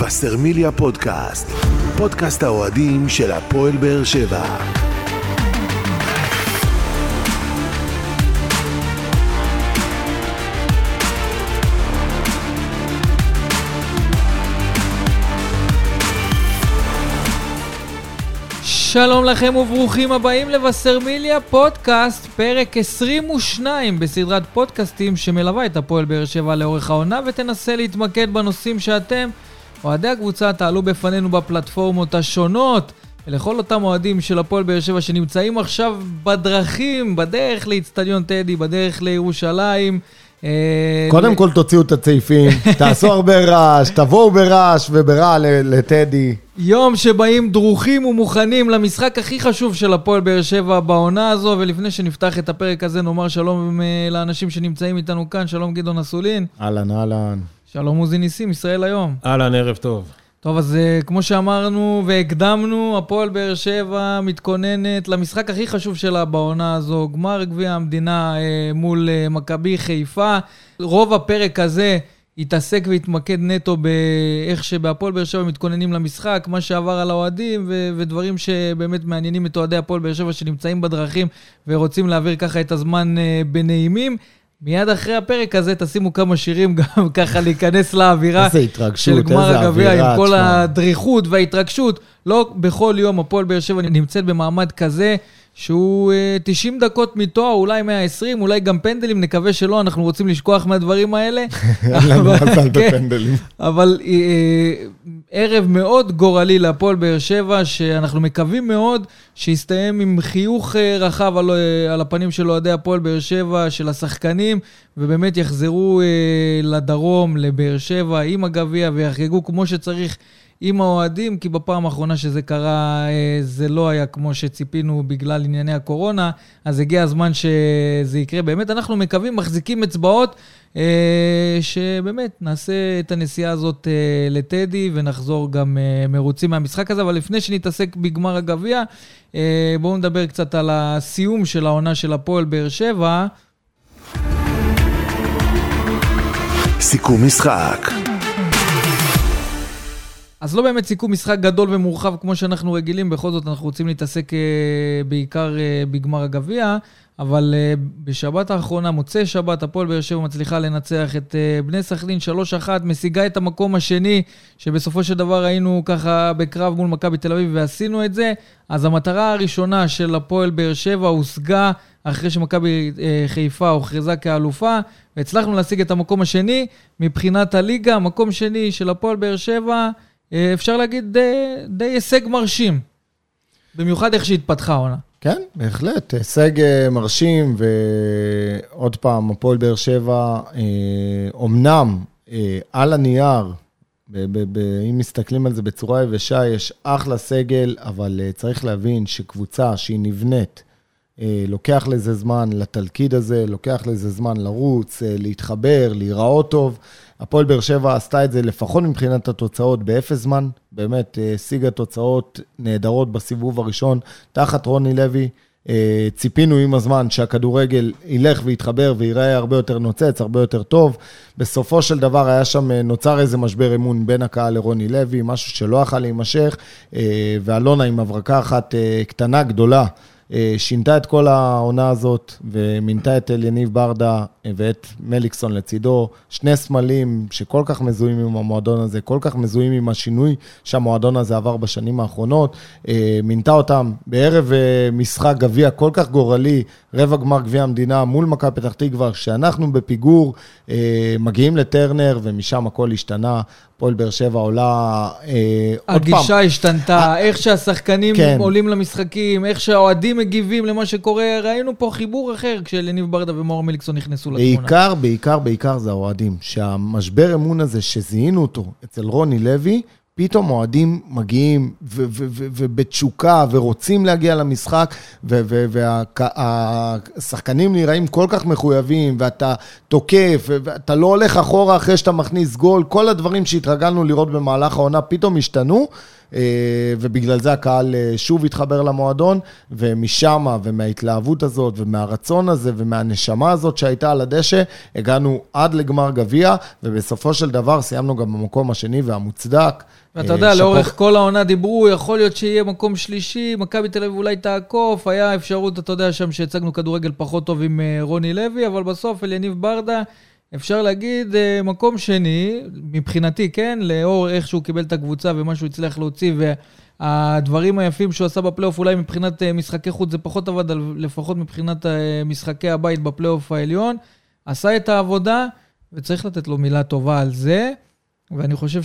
וסרמיליה פודקאסט, פודקאסט האוהדים של הפועל באר שבע. שלום לכם וברוכים הבאים לווסרמיליה פודקאסט, פרק 22 בסדרת פודקאסטים שמלווה את הפועל באר שבע לאורך העונה ותנסה להתמקד בנושאים שאתם, אוהדי הקבוצה, תעלו בפנינו בפלטפורמות השונות, ולכל אותם אוהדים של הפועל באר שבע שנמצאים עכשיו בדרכים, בדרך לאצטדיון טדי, בדרך לירושלים. קודם כל תוציאו את הצעיפים, תעשו הרבה רעש, תבואו ברעש וברע לטדי. יום שבאים דרוכים ומוכנים למשחק הכי חשוב של הפועל באר שבע בעונה הזו, ולפני שנפתח את הפרק הזה נאמר שלום לאנשים שנמצאים איתנו כאן. שלום גדעון אסולין. אהלן, אהלן. שלום עוזי ניסים, ישראל היום. אהלן, ערב טוב. טוב, אז כמו שאמרנו והקדמנו, הפועל באר שבע מתכוננת למשחק הכי חשוב שלה בעונה הזו, גמר גביע המדינה מול מכבי חיפה. רוב הפרק הזה יתעסק ויתמקד נטו באיך שבהפועל באר שבע מתכוננים למשחק, מה שעבר על האוהדים ודברים שבאמת מעניינים את אוהדי הפועל באר שבע שנמצאים בדרכים ורוצים להעביר ככה את הזמן בנעימים. מיד אחרי הפרק הזה תשימו כמה שירים גם ככה להיכנס לאווירה של גמר הגביע עם כל הדריכות וההתרגשות. לא בכל יום הפועל באר שבע נמצאת במעמד כזה שהוא 90 דקות מתואר, אולי 120, אולי גם פנדלים, נקווה שלא, אנחנו רוצים לשכוח מהדברים האלה. אבל ערב מאוד גורלי להפועל באר שבע, שאנחנו מקווים מאוד שיסתיים עם חיוך רחב על הפנים של אוהדי הפועל באר שבע, של השחקנים, ובאמת יחזרו לדרום, לבאר שבע, עם הגביע, ויחגגו כמו שצריך עם האוהדים, כי בפעם האחרונה שזה קרה, זה לא היה כמו שציפינו בגלל ענייני הקורונה, אז הגיע הזמן שזה יקרה. באמת אנחנו מקווים, מחזיקים אצבעות, שבאמת נעשה את הנסיעה הזאת לטדי, ונחזור גם מרוצים מהמשחק הזה. אבל לפני שנתעסק בגמר הגביע, בואו נדבר קצת על הסיום של העונה של הפועל באר שבע. סיכום משחק. אז לא באמת סיכום משחק גדול ומורחב כמו שאנחנו רגילים, בכל זאת אנחנו רוצים להתעסק בעיקר בגמר הגביע, אבל בשבת האחרונה, מוצאי שבת, הפועל באר שבע מצליחה לנצח את בני סכנין 3-1, משיגה את המקום השני, שבסופו של דבר היינו ככה בקרב מול מכבי תל אביב ועשינו את זה. אז המטרה הראשונה של הפועל באר שבע הושגה אחרי שמכבי חיפה הוכרזה כאלופה, והצלחנו להשיג את המקום השני מבחינת הליגה. המקום שני של הפועל באר שבע, אפשר להגיד די הישג מרשים, במיוחד איך שהתפתחה העונה. כן, בהחלט, הישג מרשים, ועוד פעם, הפועל באר שבע, אומנם על הנייר, אם מסתכלים על זה בצורה יבשה, יש אחלה סגל, אבל צריך להבין שקבוצה שהיא נבנית, לוקח לזה זמן לתלכיד הזה, לוקח לזה זמן לרוץ, להתחבר, להיראות טוב. הפועל באר שבע עשתה את זה לפחות מבחינת התוצאות באפס זמן, באמת השיגה תוצאות נהדרות בסיבוב הראשון, תחת רוני לוי. ציפינו עם הזמן שהכדורגל ילך ויתחבר ויראה הרבה יותר נוצץ, הרבה יותר טוב. בסופו של דבר היה שם, נוצר איזה משבר אמון בין הקהל לרוני לוי, משהו שלא יכול להימשך, ואלונה עם הברקה אחת קטנה גדולה, שינתה את כל העונה הזאת, ומינתה את יניב ברדה ואת מליקסון לצידו, שני סמלים שכל כך מזוהים עם המועדון הזה, כל כך מזוהים עם השינוי שהמועדון הזה עבר בשנים האחרונות, מינתה אותם בערב משחק גביע כל כך גורלי, רבע גמר גביע המדינה מול מכבי פתח תקווה, שאנחנו בפיגור, מגיעים לטרנר ומשם הכל השתנה. הפועל באר שבע עולה עוד פעם. הגישה השתנתה, איך שהשחקנים עולים למשחקים, איך שהאוהדים מגיבים למה שקורה, ראינו פה חיבור אחר כשליניב ברדה ומאור מליקסון נכנסו לתמונה. בעיקר זה האוהדים, שהמשבר אמון הזה שזיהינו אותו אצל רוני לוי, פתאום אוהדים מגיעים ובתשוקה ורוצים להגיע למשחק, והשחקנים נראים כל כך מחויבים, ואתה תוקף, ואתה לא הולך אחורה אחרי שאתה מכניס גול, כל הדברים שהתרגלנו לראות במהלך העונה פתאום השתנו, ובגלל זה הקהל שוב התחבר למועדון, ומשם ומההתלהבות הזאת, ומהרצון הזה, ומהנשמה הזאת שהייתה על הדשא, הגענו עד לגמר גביע, ובסופו של דבר סיימנו גם במקום השני והמוצדק. ואתה יודע, לאורך כל העונה דיברו, יכול להיות שיהיה מקום שלישי, מכבי תל אביב אולי תעקוף, היה אפשרות, אתה יודע, שם שהצגנו כדורגל פחות טוב עם רוני לוי, אבל בסוף אליניב ברדה, אפשר להגיד מקום שני, מבחינתי, כן, לאור איך שהוא קיבל את הקבוצה ומה שהוא הצליח להוציא, והדברים היפים שהוא עשה בפלייאוף, אולי מבחינת משחקי חוץ זה פחות עבד, לפחות מבחינת משחקי הבית בפלייאוף העליון, עשה את העבודה, וצריך לתת לו מילה טובה על זה, ואני חושב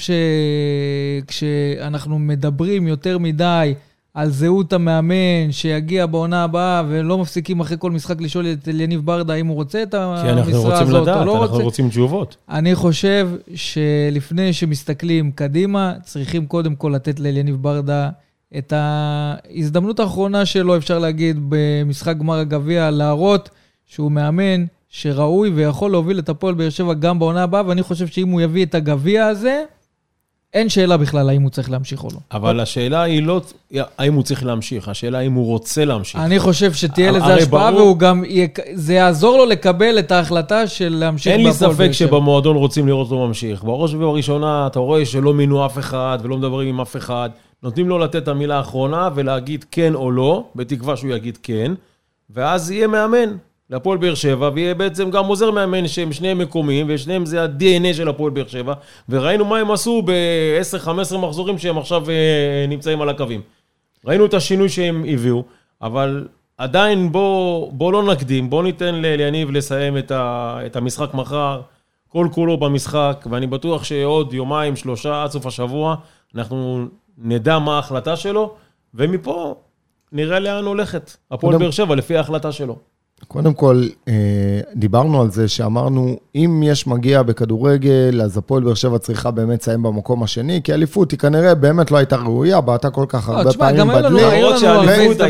שכשאנחנו מדברים יותר מדי על זהות המאמן שיגיע בעונה הבאה, ולא מפסיקים אחרי כל משחק לשאול את אליניב ברדה אם הוא רוצה את המשרה הזאת או לא רוצה. אנחנו רוצים תשובות. אני חושב שלפני שמסתכלים קדימה, צריכים קודם כל לתת לאליניב ברדה את ההזדמנות האחרונה שלו, אפשר להגיד, במשחק גמר הגביע, להראות שהוא מאמן שראוי ויכול להוביל את הפועל באר שבע גם בעונה הבאה, ואני חושב שאם הוא יביא את הגביע הזה, אין שאלה בכלל האם הוא צריך להמשיך או לא. אבל השאלה היא לא האם הוא צריך להמשיך, השאלה האם הוא רוצה להמשיך. אני חושב שתהיה לזה השפעה, והוא גם, זה יעזור לו לקבל את ההחלטה של להמשיך בהפועל באר שבע. אין לי ספק שבמועדון רוצים לראות אותו ממשיך. בראש ובראשונה אתה רואה שלא מינו אף אחד ולא מדברים עם אף אחד, נותנים לו לתת את המילה האחרונה ולהגיד כן או לא, בתקווה שהוא יגיד כן, ואז יהיה מאמן להפועל באר שבע, ויהיה בעצם גם עוזר מאמן שהם שניהם מקומיים, ושניהם זה ה-DNA של הפועל באר שבע, וראינו מה הם עשו ב-10-15 מחזורים שהם עכשיו נמצאים על הקווים. ראינו את השינוי שהם הביאו, אבל עדיין בוא לא נקדים, בוא ניתן ליניב לסיים את המשחק מחר, כל כולו במשחק, ואני בטוח שעוד יומיים, 3 עד סוף השבוע, אנחנו נדע מה ההחלטה שלו, ומפה נראה לאן הולכת הפועל באר שבע לפי ההחלטה שלו. קודם כל, דיברנו על זה שאמרנו, אם יש מגיע בכדורגל, אז הפועל באר שבע צריכה באמת לסיים במקום השני, כי האליפות היא כנראה באמת לא הייתה ראויה, בעטה כל כך הרבה פעמים בדלי. למרות שהאליפות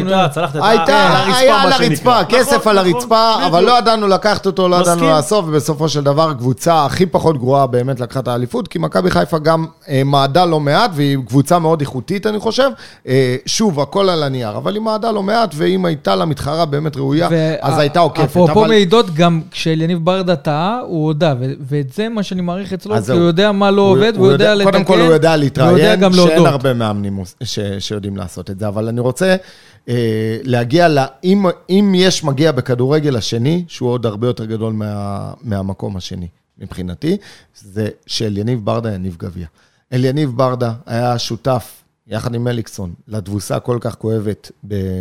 היה על הרצפה, כסף על הרצפה, אבל לא ידענו לקחת אותו, לא ידענו לאסוף, ובסופו של דבר קבוצה הכי פחות גרועה באמת לקחה את האליפות, כי מכבי חיפה גם מעדה לא מעט, והיא קבוצה מאוד איכותית, אני חושב. שוב, הכל על הנייר, אבל היא מעדה לא מעט, ואם הייתה לה מתחרה באמת ראויה, אז הייתה עוקפת. אפרופו מעידות, גם כשאליניב ברדה טעה, הוא הודע, ואת זה מה שאני מעריך אצלו, כי הוא יודע מה לא עובד, והוא יודע לתקן, קודם כל הוא יודע להתראיין, שאין הרבה מאמנים שיודעים לעשות את זה, אבל אני רוצה להגיע, אם יש מגיע בכדורגל השני, שהוא עוד הרבה יותר גדול מהמקום השני, מבחינתי, זה שאליניב ברדה יניב גביע. אליניב ברדה היה שותף, יחד עם מליקסון, לתבוסה כל כך כואבת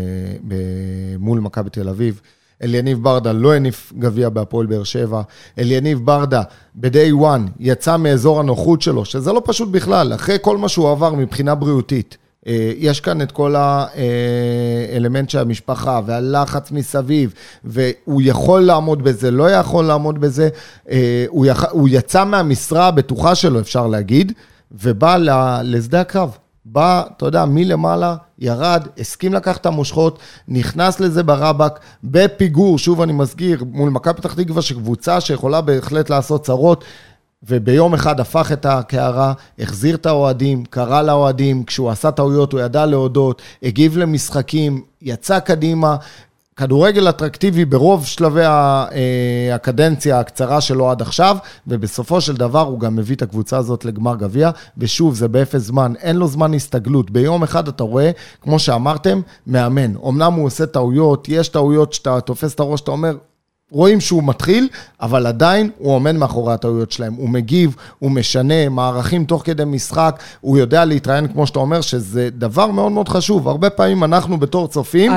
מול מכבי תל אביב. אליניב ברדה לא הניף גביע בהפועל באר שבע. אליניב ברדה ב-day one יצא מאזור הנוחות שלו, שזה לא פשוט בכלל, אחרי כל מה שהוא עבר מבחינה בריאותית. יש כאן את כל האלמנט של המשפחה והלחץ מסביב, והוא יכול לעמוד בזה, לא יכול לעמוד בזה. הוא יצא מהמשרה הבטוחה שלו, אפשר להגיד, ובא לשדה הקרב. בא, אתה יודע, מלמעלה, ירד, הסכים לקחת את המושכות, נכנס לזה ברבק, בפיגור, שוב אני מסגיר, מול מכבי פתח תקווה, שקבוצה שיכולה בהחלט לעשות צרות, וביום אחד הפך את הקערה, החזיר את האוהדים, קרא לאוהדים, כשהוא עשה טעויות הוא ידע להודות, הגיב למשחקים, יצא קדימה, כדורגל אטרקטיבי ברוב שלבי הקדנציה הקצרה שלו עד עכשיו, ובסופו של דבר הוא גם מביא את הקבוצה הזאת לגמר גביע, ושוב זה באפס זמן, אין לו זמן הסתגלות, ביום אחד אתה רואה, כמו שאמרתם, מאמן, אמנם הוא עושה טעויות, יש טעויות שאתה תופס את הראש, אתה אומר, רואים שהוא מתחיל, אבל עדיין הוא עומד מאחורי הטעויות שלהם, הוא מגיב, הוא משנה, מערכים תוך כדי משחק, הוא יודע להתראיין כמו שאתה אומר, שזה דבר מאוד מאוד חשוב, הרבה פעמים אנחנו בתור צופים.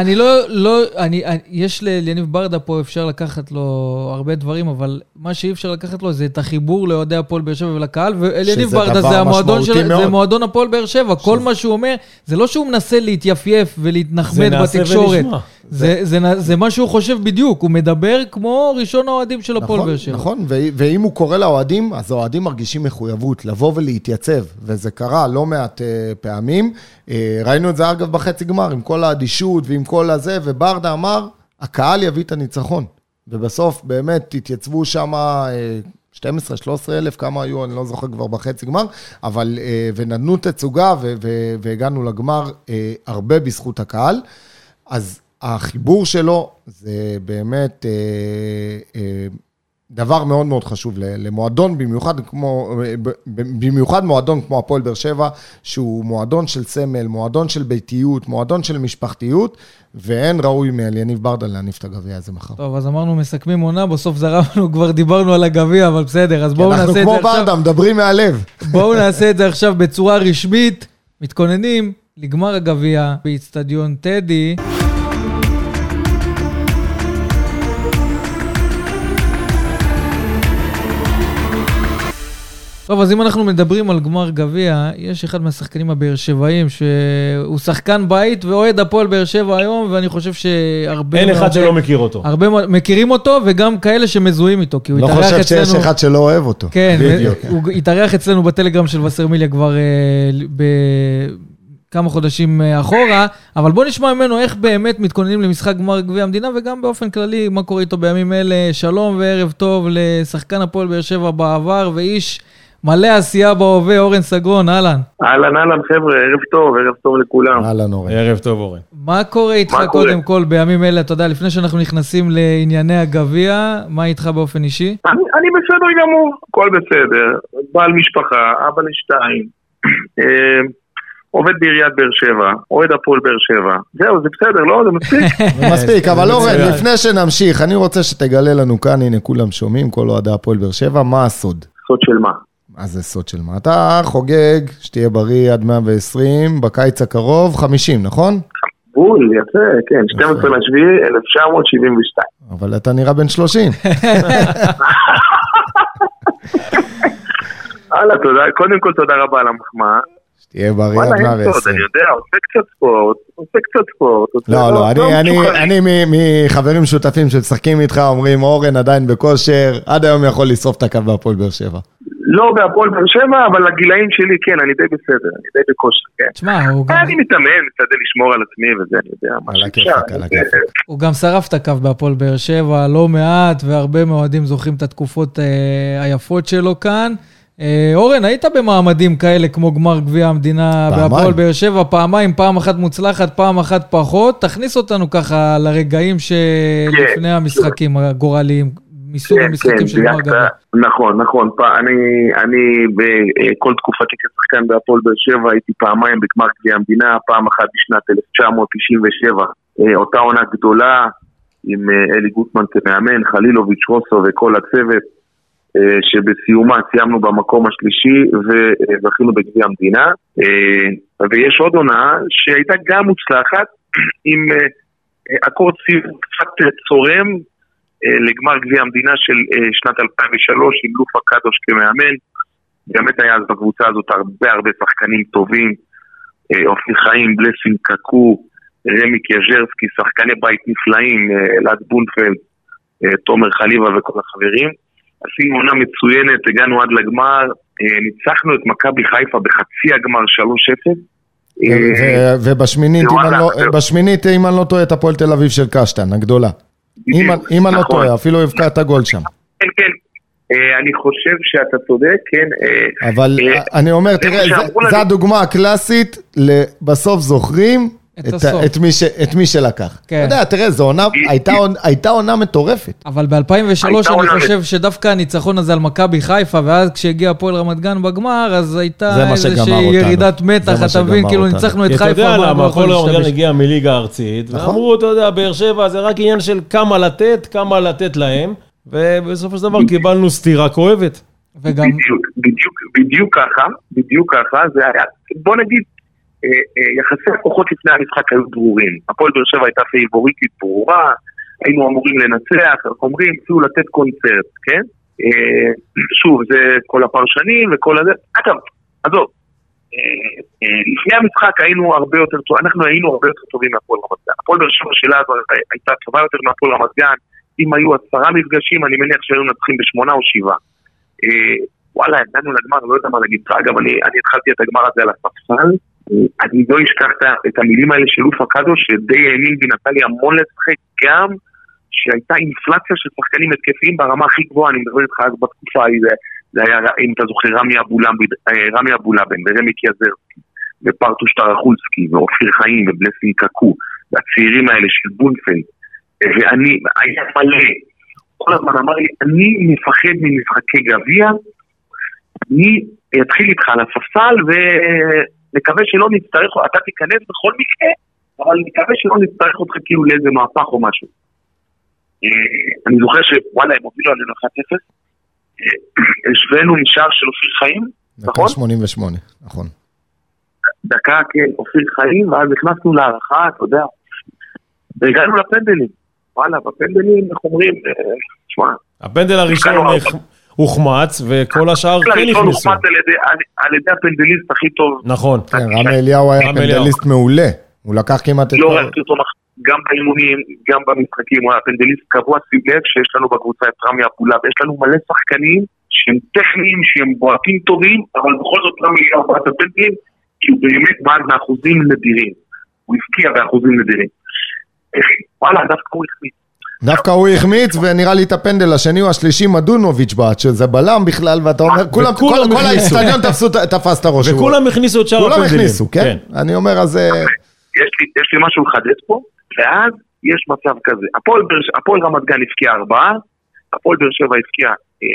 יש ליניב ברדה פה, אפשר לקחת לו הרבה דברים, אבל מה שאי אפשר לקחת לו זה את החיבור ליועדי הפועל באר שבע ולקהל, וליניב ברדה זה המועדון של, זה מועדון הפועל באר שבע, כל מה שהוא אומר, זה לא שהוא מנסה להתייפייף ולהתנחמד בתקשורת. זה מה שהוא חושב בדיוק, הוא מדבר כמו ראשון האוהדים של הפועל באר שבע. נכון, ואם הוא קורא לאוהדים, אז האוהדים מרגישים מחויבות לבוא ולהתייצב, וזה קרה לא מעט פעמים. ראינו את זה אגב בחצי גמר, עם כל האדישות ועם כל הזה, וברדה אמר, הקהל יביא את הניצחון. ובסוף באמת התייצבו שם 12,000-13,000, כמה היו, אני לא זוכר כבר בחצי גמר, אבל, ונתנו תצוגה, והגענו לגמר הרבה בזכות הקהל, אז החיבור שלו זה באמת דבר מאוד מאוד חשוב למועדון, במיוחד מועדון כמו הפועל באר שבע, שהוא מועדון של סמל, מועדון של ביתיות, מועדון של משפחתיות, ואין ראוי מעל יניב ברדה להניף את הגביע הזה מחר. טוב, אז אמרנו מסכמים עונה, בסוף זרמנו, כבר דיברנו על הגביע, אבל בסדר, אז בואו נעשה את זה עכשיו. אנחנו כמו ברדה, מדברים מהלב. בואו נעשה את זה עכשיו בצורה רשמית, מתכוננים לגמר הגביע באצטדיון טדי. טוב, אז אם אנחנו מדברים על גמר גביע, יש אחד מהשחקנים הבאר שבעים, שהוא שחקן בית ואוהד הפועל באר שבע היום, ואני חושב שהרבה... אין אחד שלא מכיר אותו. הרבה מכירים אותו, וגם כאלה שמזוהים איתו, כי הוא התארח אצלנו... לא חושב שיש אחד שלא אוהב אותו. כן, הוא התארח אצלנו בטלגרם של וסרמיליה כבר בכמה חודשים אחורה, אבל בוא נשמע ממנו איך באמת מתכוננים למשחק גמר גביע המדינה, וגם באופן כללי, מה קורה איתו בימים אלה. שלום וערב טוב לשחקן הפועל באר שבע בעבר, ואיש מלא עשייה בהווה, אורן סגרון, אהלן. אהלן חבר'ה, ערב טוב לכולם. אהלן אורן. ערב טוב אורן. מה קורה איתך קודם כל בימים אלה, אתה יודע, לפני שאנחנו נכנסים לענייני הגביע, מה איתך באופן אישי? אני בסדר גמור, הכל בסדר, בעל משפחה, אבא לשתיים, עובד בעיריית באר שבע, אוהד הפועל באר שבע, זהו, זה בסדר, לא? זה מספיק? זה מספיק, אבל אורן, לפני שנמשיך, אני רוצה שתגלה לנו כאן, הנה כולם שומעים, כל אוהדי הפועל באר שבע, מה הסוד? סוד של מה? מה זה סוד של מה? אתה חוגג, שתהיה בריא עד 120, בקיץ הקרוב 50, נכון? בול, יפה, כן, 12 לשביעי, 1972. אבל אתה נראה בן 30. הלאה, תודה, קודם כל תודה רבה על המחמאה. שתהיה בריא עד 120. אני יודע, עושה קצת ספורט. לא, אני מחברים שותפים שמשחקים איתך, אומרים, אורן עדיין בכושר, עד היום יכול לשרוף את הקו בהפועל באר שבע. לא בהפועל באר שבע, אבל הגילאים שלי, כן, אני די בסדר, אני די בכושר, כן. תשמע, אני מתאמן, מצטער לשמור על עצמי וזה, אני יודע, מה שאפשר. הוא גם שרף את הקו בהפועל באר שבע, לא מעט, והרבה מועדים זוכרים את התקופות היפות שלו כאן. אורן, היית במעמדים כאלה כמו גמר גביע המדינה בהפועל באר שבע, פעמיים, פעם אחת מוצלחת, פעם אחת פחות. תכניס אותנו ככה לרגעים שלפני המשחקים הגורליים, מסוג המשחקים של גמר גביע. נכון. אני בכל תקופתי כשחקן בהפועל באר שבע הייתי פעמיים בגמר גביע המדינה, פעם אחת בשנת 1997, אותה עונה גדולה עם אלי גוטמן כמאמן, חלילוביץ' רוסו וכל הצוות, שבסיומה סיימנו במקום השלישי וזכינו בגביע המדינה, ויש עוד עונה שהייתה גם מוצלחת עם אקורד סיום קצת צורם לגמר גביע המדינה של שנת 2003 עם לופה קדוש כמאמן. באמת היה אז בקבוצה הזאת הרבה שחקנים טובים, אופי חיים, בלסין קקו, רמיק יז'רסקי, שחקני בית נפלאים, אלעד בונפלד, תומר חליבה וכל החברים. עשינו עונה מצוינת, הגענו עד לגמר, ניצחנו את מכבי חיפה בחצי הגמר 3-0. ובשמינית, אם אני לא טועה, את הפועל תל אביב של קשטן, הגדולה. אם אני לא טועה, אפילו הבקע את הגול שם. כן, אני חושב שאתה צודק, כן. אבל אני אומר, תראה, זו הדוגמה הקלאסית, בסוף זוכרים את מי שלקח. אתה יודע, תראה, זו עונה, הייתה עונה מטורפת. אבל ב-2003 אני חושב שדווקא הניצחון הזה על מכבי חיפה, ואז כשהגיע הפועל רמת גן בגמר, אז הייתה איזושהי ירידת מתח, אתה מבין, כאילו ניצחנו את חיפה. אתה יודע למה, הפועל רמת גן הגיע מליגה ארצית, ואמרו, אתה יודע, באר שבע זה רק עניין של כמה לתת להם, ובסופו של דבר קיבלנו סתירה כואבת. בדיוק ככה, זה היה, בוא נגיד, יחסי הכוחות לפני המשחק היו ברורים. הפועל באר שבע הייתה פייבוריטית ברורה, היינו אמורים לנצח, אומרים, צאו לתת קונצרט, כן? שוב, זה כל הפרשנים וכל הזה. אגב, עזוב, לפני המשחק אנחנו היינו הרבה יותר טובים מהפועל רמת גן. הפועל באר שבע שלה הייתה טובה יותר מהפועל רמת גן. אם היו 10 מפגשים, אני מניח שהיינו נצחים ב8 או 7. וואלה, הגענו לגמר, לא יודע מה להגיד. אגב, אני התחלתי את הגמר הזה על הספסל. אני לא אשכח את המילים האלה של לופה קדוש, שדי האמין בי, נתן לי המון לשחק, גם שהייתה אינפלציה של שחקנים התקפיים ברמה הכי גבוהה, אני מדבר איתך אז בתקופה ההיא, זה היה, אם אתה זוכר, רמי אבולאבן ורמי קיאזרסקי, ופרטוש טרחולסקי, ואופיר חיים, ובלסי קקו, והצעירים האלה של בונפלד, ואני, היה מלא, כל הזמן אמר לי, אני מפחד ממשחקי גביע, אני אתחיל איתך על הספסל, ונקווה שלא נצטרך, אתה תיכנס בכל מקרה, אבל נקווה שלא נצטרך אותך כאילו לאיזה מהפך או משהו. אני זוכר שוואלה, הם הובילו עלינו 1-0, השווינו נשאר של אופיר חיים, נכון? דקה 88, נכון. דקה, כן, אופיר חיים, ואז נכנסנו להערכה, אתה יודע, והגענו לפנדלים. וואלה, בפנדלים, איך אומרים, תשמע. הפנדל הראשון הוחמץ, וכל השאר כן נכנסו. הראשון הוחמץ על ידי הפנדליסט הכי טוב. נכון. רמי אליהו היה פנדליסט מעולה. הוא לקח כמעט את... לא ראיתי אותו גם באימונים, גם במשחקים, הוא היה פנדליסט קבוע, שים לב שיש לנו בקבוצה את רמי אבולה, ויש לנו מלא שחקנים שהם טכניים, שהם בועטים טובים, אבל בכל זאת רמי אליהו בועט הפנדלים, כי הוא באמת בעד באחוזים נדירים. הוא הפקיע באחוזים נדירים. וואלה, דווקא הוא החמיץ. דווקא הוא החמיץ, ונראה לי את הפנדל השני או השלישי מדונוביץ' בעט, שזה בלם בכלל, ואתה אומר, כל האצטדיון תפס את הראש. וכולם הכניסו את שאר הפנדלים. כולם הכניסו, כן? אני אומר, אז... יש לי משהו לחדש פה, ואז יש מצב כזה. הפועל רמת גן הפקיע 4, הפועל באר שבע הפקיע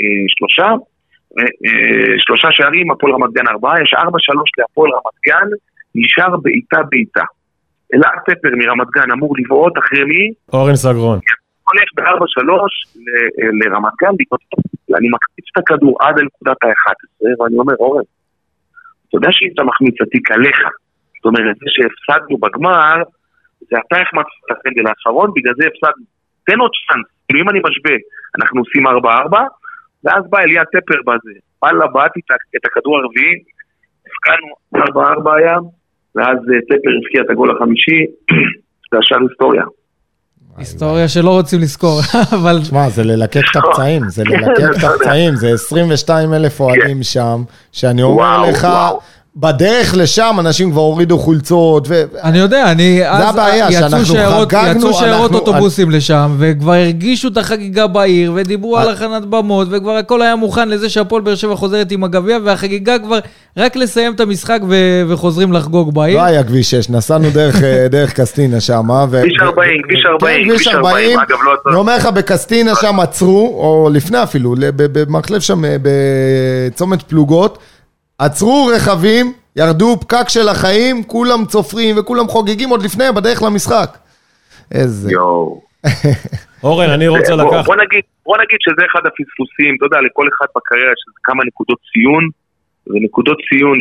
3 שערים, הפועל רמת גן 4, יש 4-3 להפועל רמת גן, נשאר בעיטה. אלעד טפר מרמת גן אמור לבעוט אחרי מי? אורן סגרון. הולך ב-4-3 לרמת גן, אני מקפיץ את הכדור עד לנקודת ה-11, ואני אומר, אורן, אתה יודע שאם אתה מחמיץ עתיק עליך, זאת אומרת, זה שהפסדנו בגמר, זה אתה החמצת את הפנדל האחרון, בגלל זה הפסדנו. תן עוד צ'אנס, כאילו אם אני משווה, אנחנו עושים 4-4, ואז בא אלעד טפר בזה, וואלה, בעטתי את הכדור הרביעי, הפקענו 4-4 היה, ואז טפר הפקיע את הגול החמישי, והשאר היסטוריה. היסטוריה שלא רוצים לזכור, אבל... תשמע, זה ללקק את הפצעים, זה 22,000 אוהדים שם, שאני אומר לך, בדרך לשם אנשים כבר הורידו חולצות, אני יודע, זה הבעיה, שאנחנו חגגנו... יצאו שיירות אוטובוסים לשם, וכבר הרגישו את החגיגה בעיר, ודיברו על הכנת במות, וכבר הכל היה מוכן לזה שהפועל באר שבע חוזרת עם הגביע, והחגיגה כבר רק לסיים את המשחק וחוזרים לחגוג בעיר. לא היה כביש 6, נסענו דרך קסטינה שם, כביש 40, אני אומר לך, בקסטינה שם עצרו, או לפני אפילו, במחלף שם בצומת פלוגות, עצרו רכבים, ירדו פקק של החיים, כולם צופרים וכולם חוגגים עוד לפני, בדרך למשחק. איזה... אורן, אני רוצה לקחת... בוא נגיד שזה אחד הפספוסים, אתה יודע, לכל אחד בקריירה, שזה כמה נקודות ציון, ונקודות ציון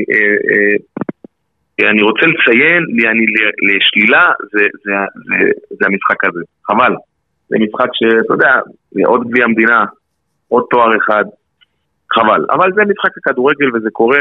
שאני רוצה לציין, לשלילה, זה המשחק הזה. חבל. זה משחק שאתה יודע, עוד גביע המדינה, עוד תואר אחד, חבל, אבל זה משחק הכדורגל וזה קורה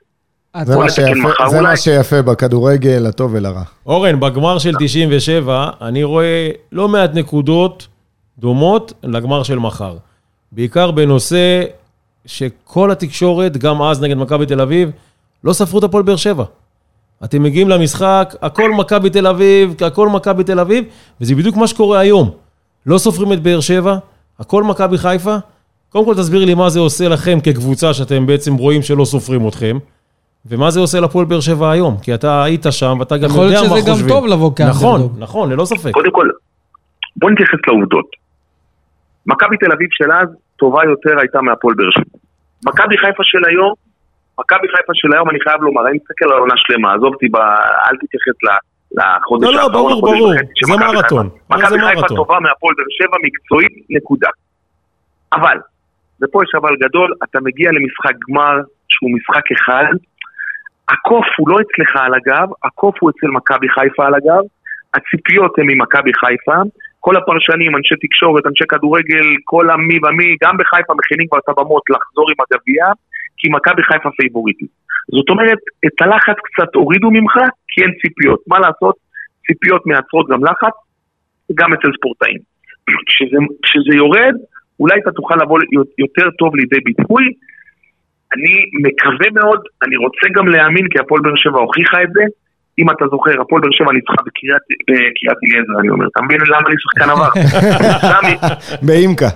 זה מה שיפה בכדורגל, הטוב ולרע. אורן, בגמר של 97, אני רואה לא מעט נקודות דומות לגמר של מחר. בעיקר בנושא שכל התקשורת, גם אז נגד מכבי תל אביב, לא ספרו את הפועל באר שבע. אתם מגיעים למשחק, הכל מכבי תל אביב, וזה בדיוק מה שקורה היום. לא סופרים את באר שבע, הכל מכבי חיפה. קודם כל תסביר לי מה זה עושה לכם כקבוצה שאתם בעצם רואים שלא סופרים אתכם, ומה זה עושה לפועל באר שבע היום, כי אתה היית שם ואתה גם יודע מה חושבים. יכול להיות שזה גם טוב לבוא כאן. נכון, ללא ספק. קודם כל, בוא נתייחס לעובדות. מכבי תל אביב של אז טובה יותר הייתה מהפועל באר שבע. מכבי חיפה של היום, אני חייב לומר, אני מסתכל על עונה שלמה, עזוב אותי, אל תתייחס לחודש האחרון. לא, ברור, זה מרתון. מכבי חיפה טובה מהפועל באר שבע מקצועית, נקודה. אבל, ופה יש אבל גדול, אתה מגיע למשחק גמר שהוא משחק אחד, הקוף הוא לא אצלך על הגב, הקוף הוא אצל מכבי חיפה על הגב, הציפיות הן ממכבי חיפה, כל הפרשנים, אנשי תקשורת, אנשי כדורגל, כל המי ומי, גם בחיפה מכינים כבר את הבמות לחזור עם הגביע, כי מכבי חיפה פייבוריטית. זאת אומרת, את הלחץ קצת הורידו ממך, כי אין ציפיות. מה לעשות? ציפיות מייצרות גם לחץ, גם אצל ספורטאים. כשזה יורד, אולי אתה תוכל לבוא יותר טוב לידי ביטוי. אני מקווה מאוד, אני רוצה גם להאמין, כי הפועל באר שבע הוכיחה את זה, אם אתה זוכר, הפועל באר שבע ניצחה בקריית אליעזר, אני אומר, אתה מבין למה אני שחקן עבר? באימקה.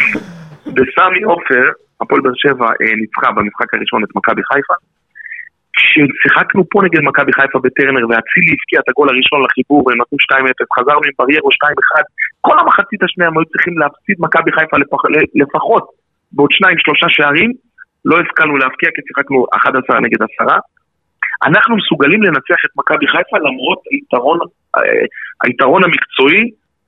בסמי עופר, הפועל באר שבע ניצחה במשחק הראשון את מכבי חיפה, כששיחקנו פה נגד מכבי חיפה בטרנר, והצילי הפקיע את הגול הראשון לחיבור, הם נתנו 2-0, חזרנו עם בריירו 2-1, כל המחצית השנייה הם היו צריכים להפסיד מכבי חיפה לפחות בעוד 2-3 שערים, לא הסכלנו להפקיע כי שיחקנו 11 נגד 10. אנחנו מסוגלים לנצח את מכבי חיפה למרות היתרון המקצועי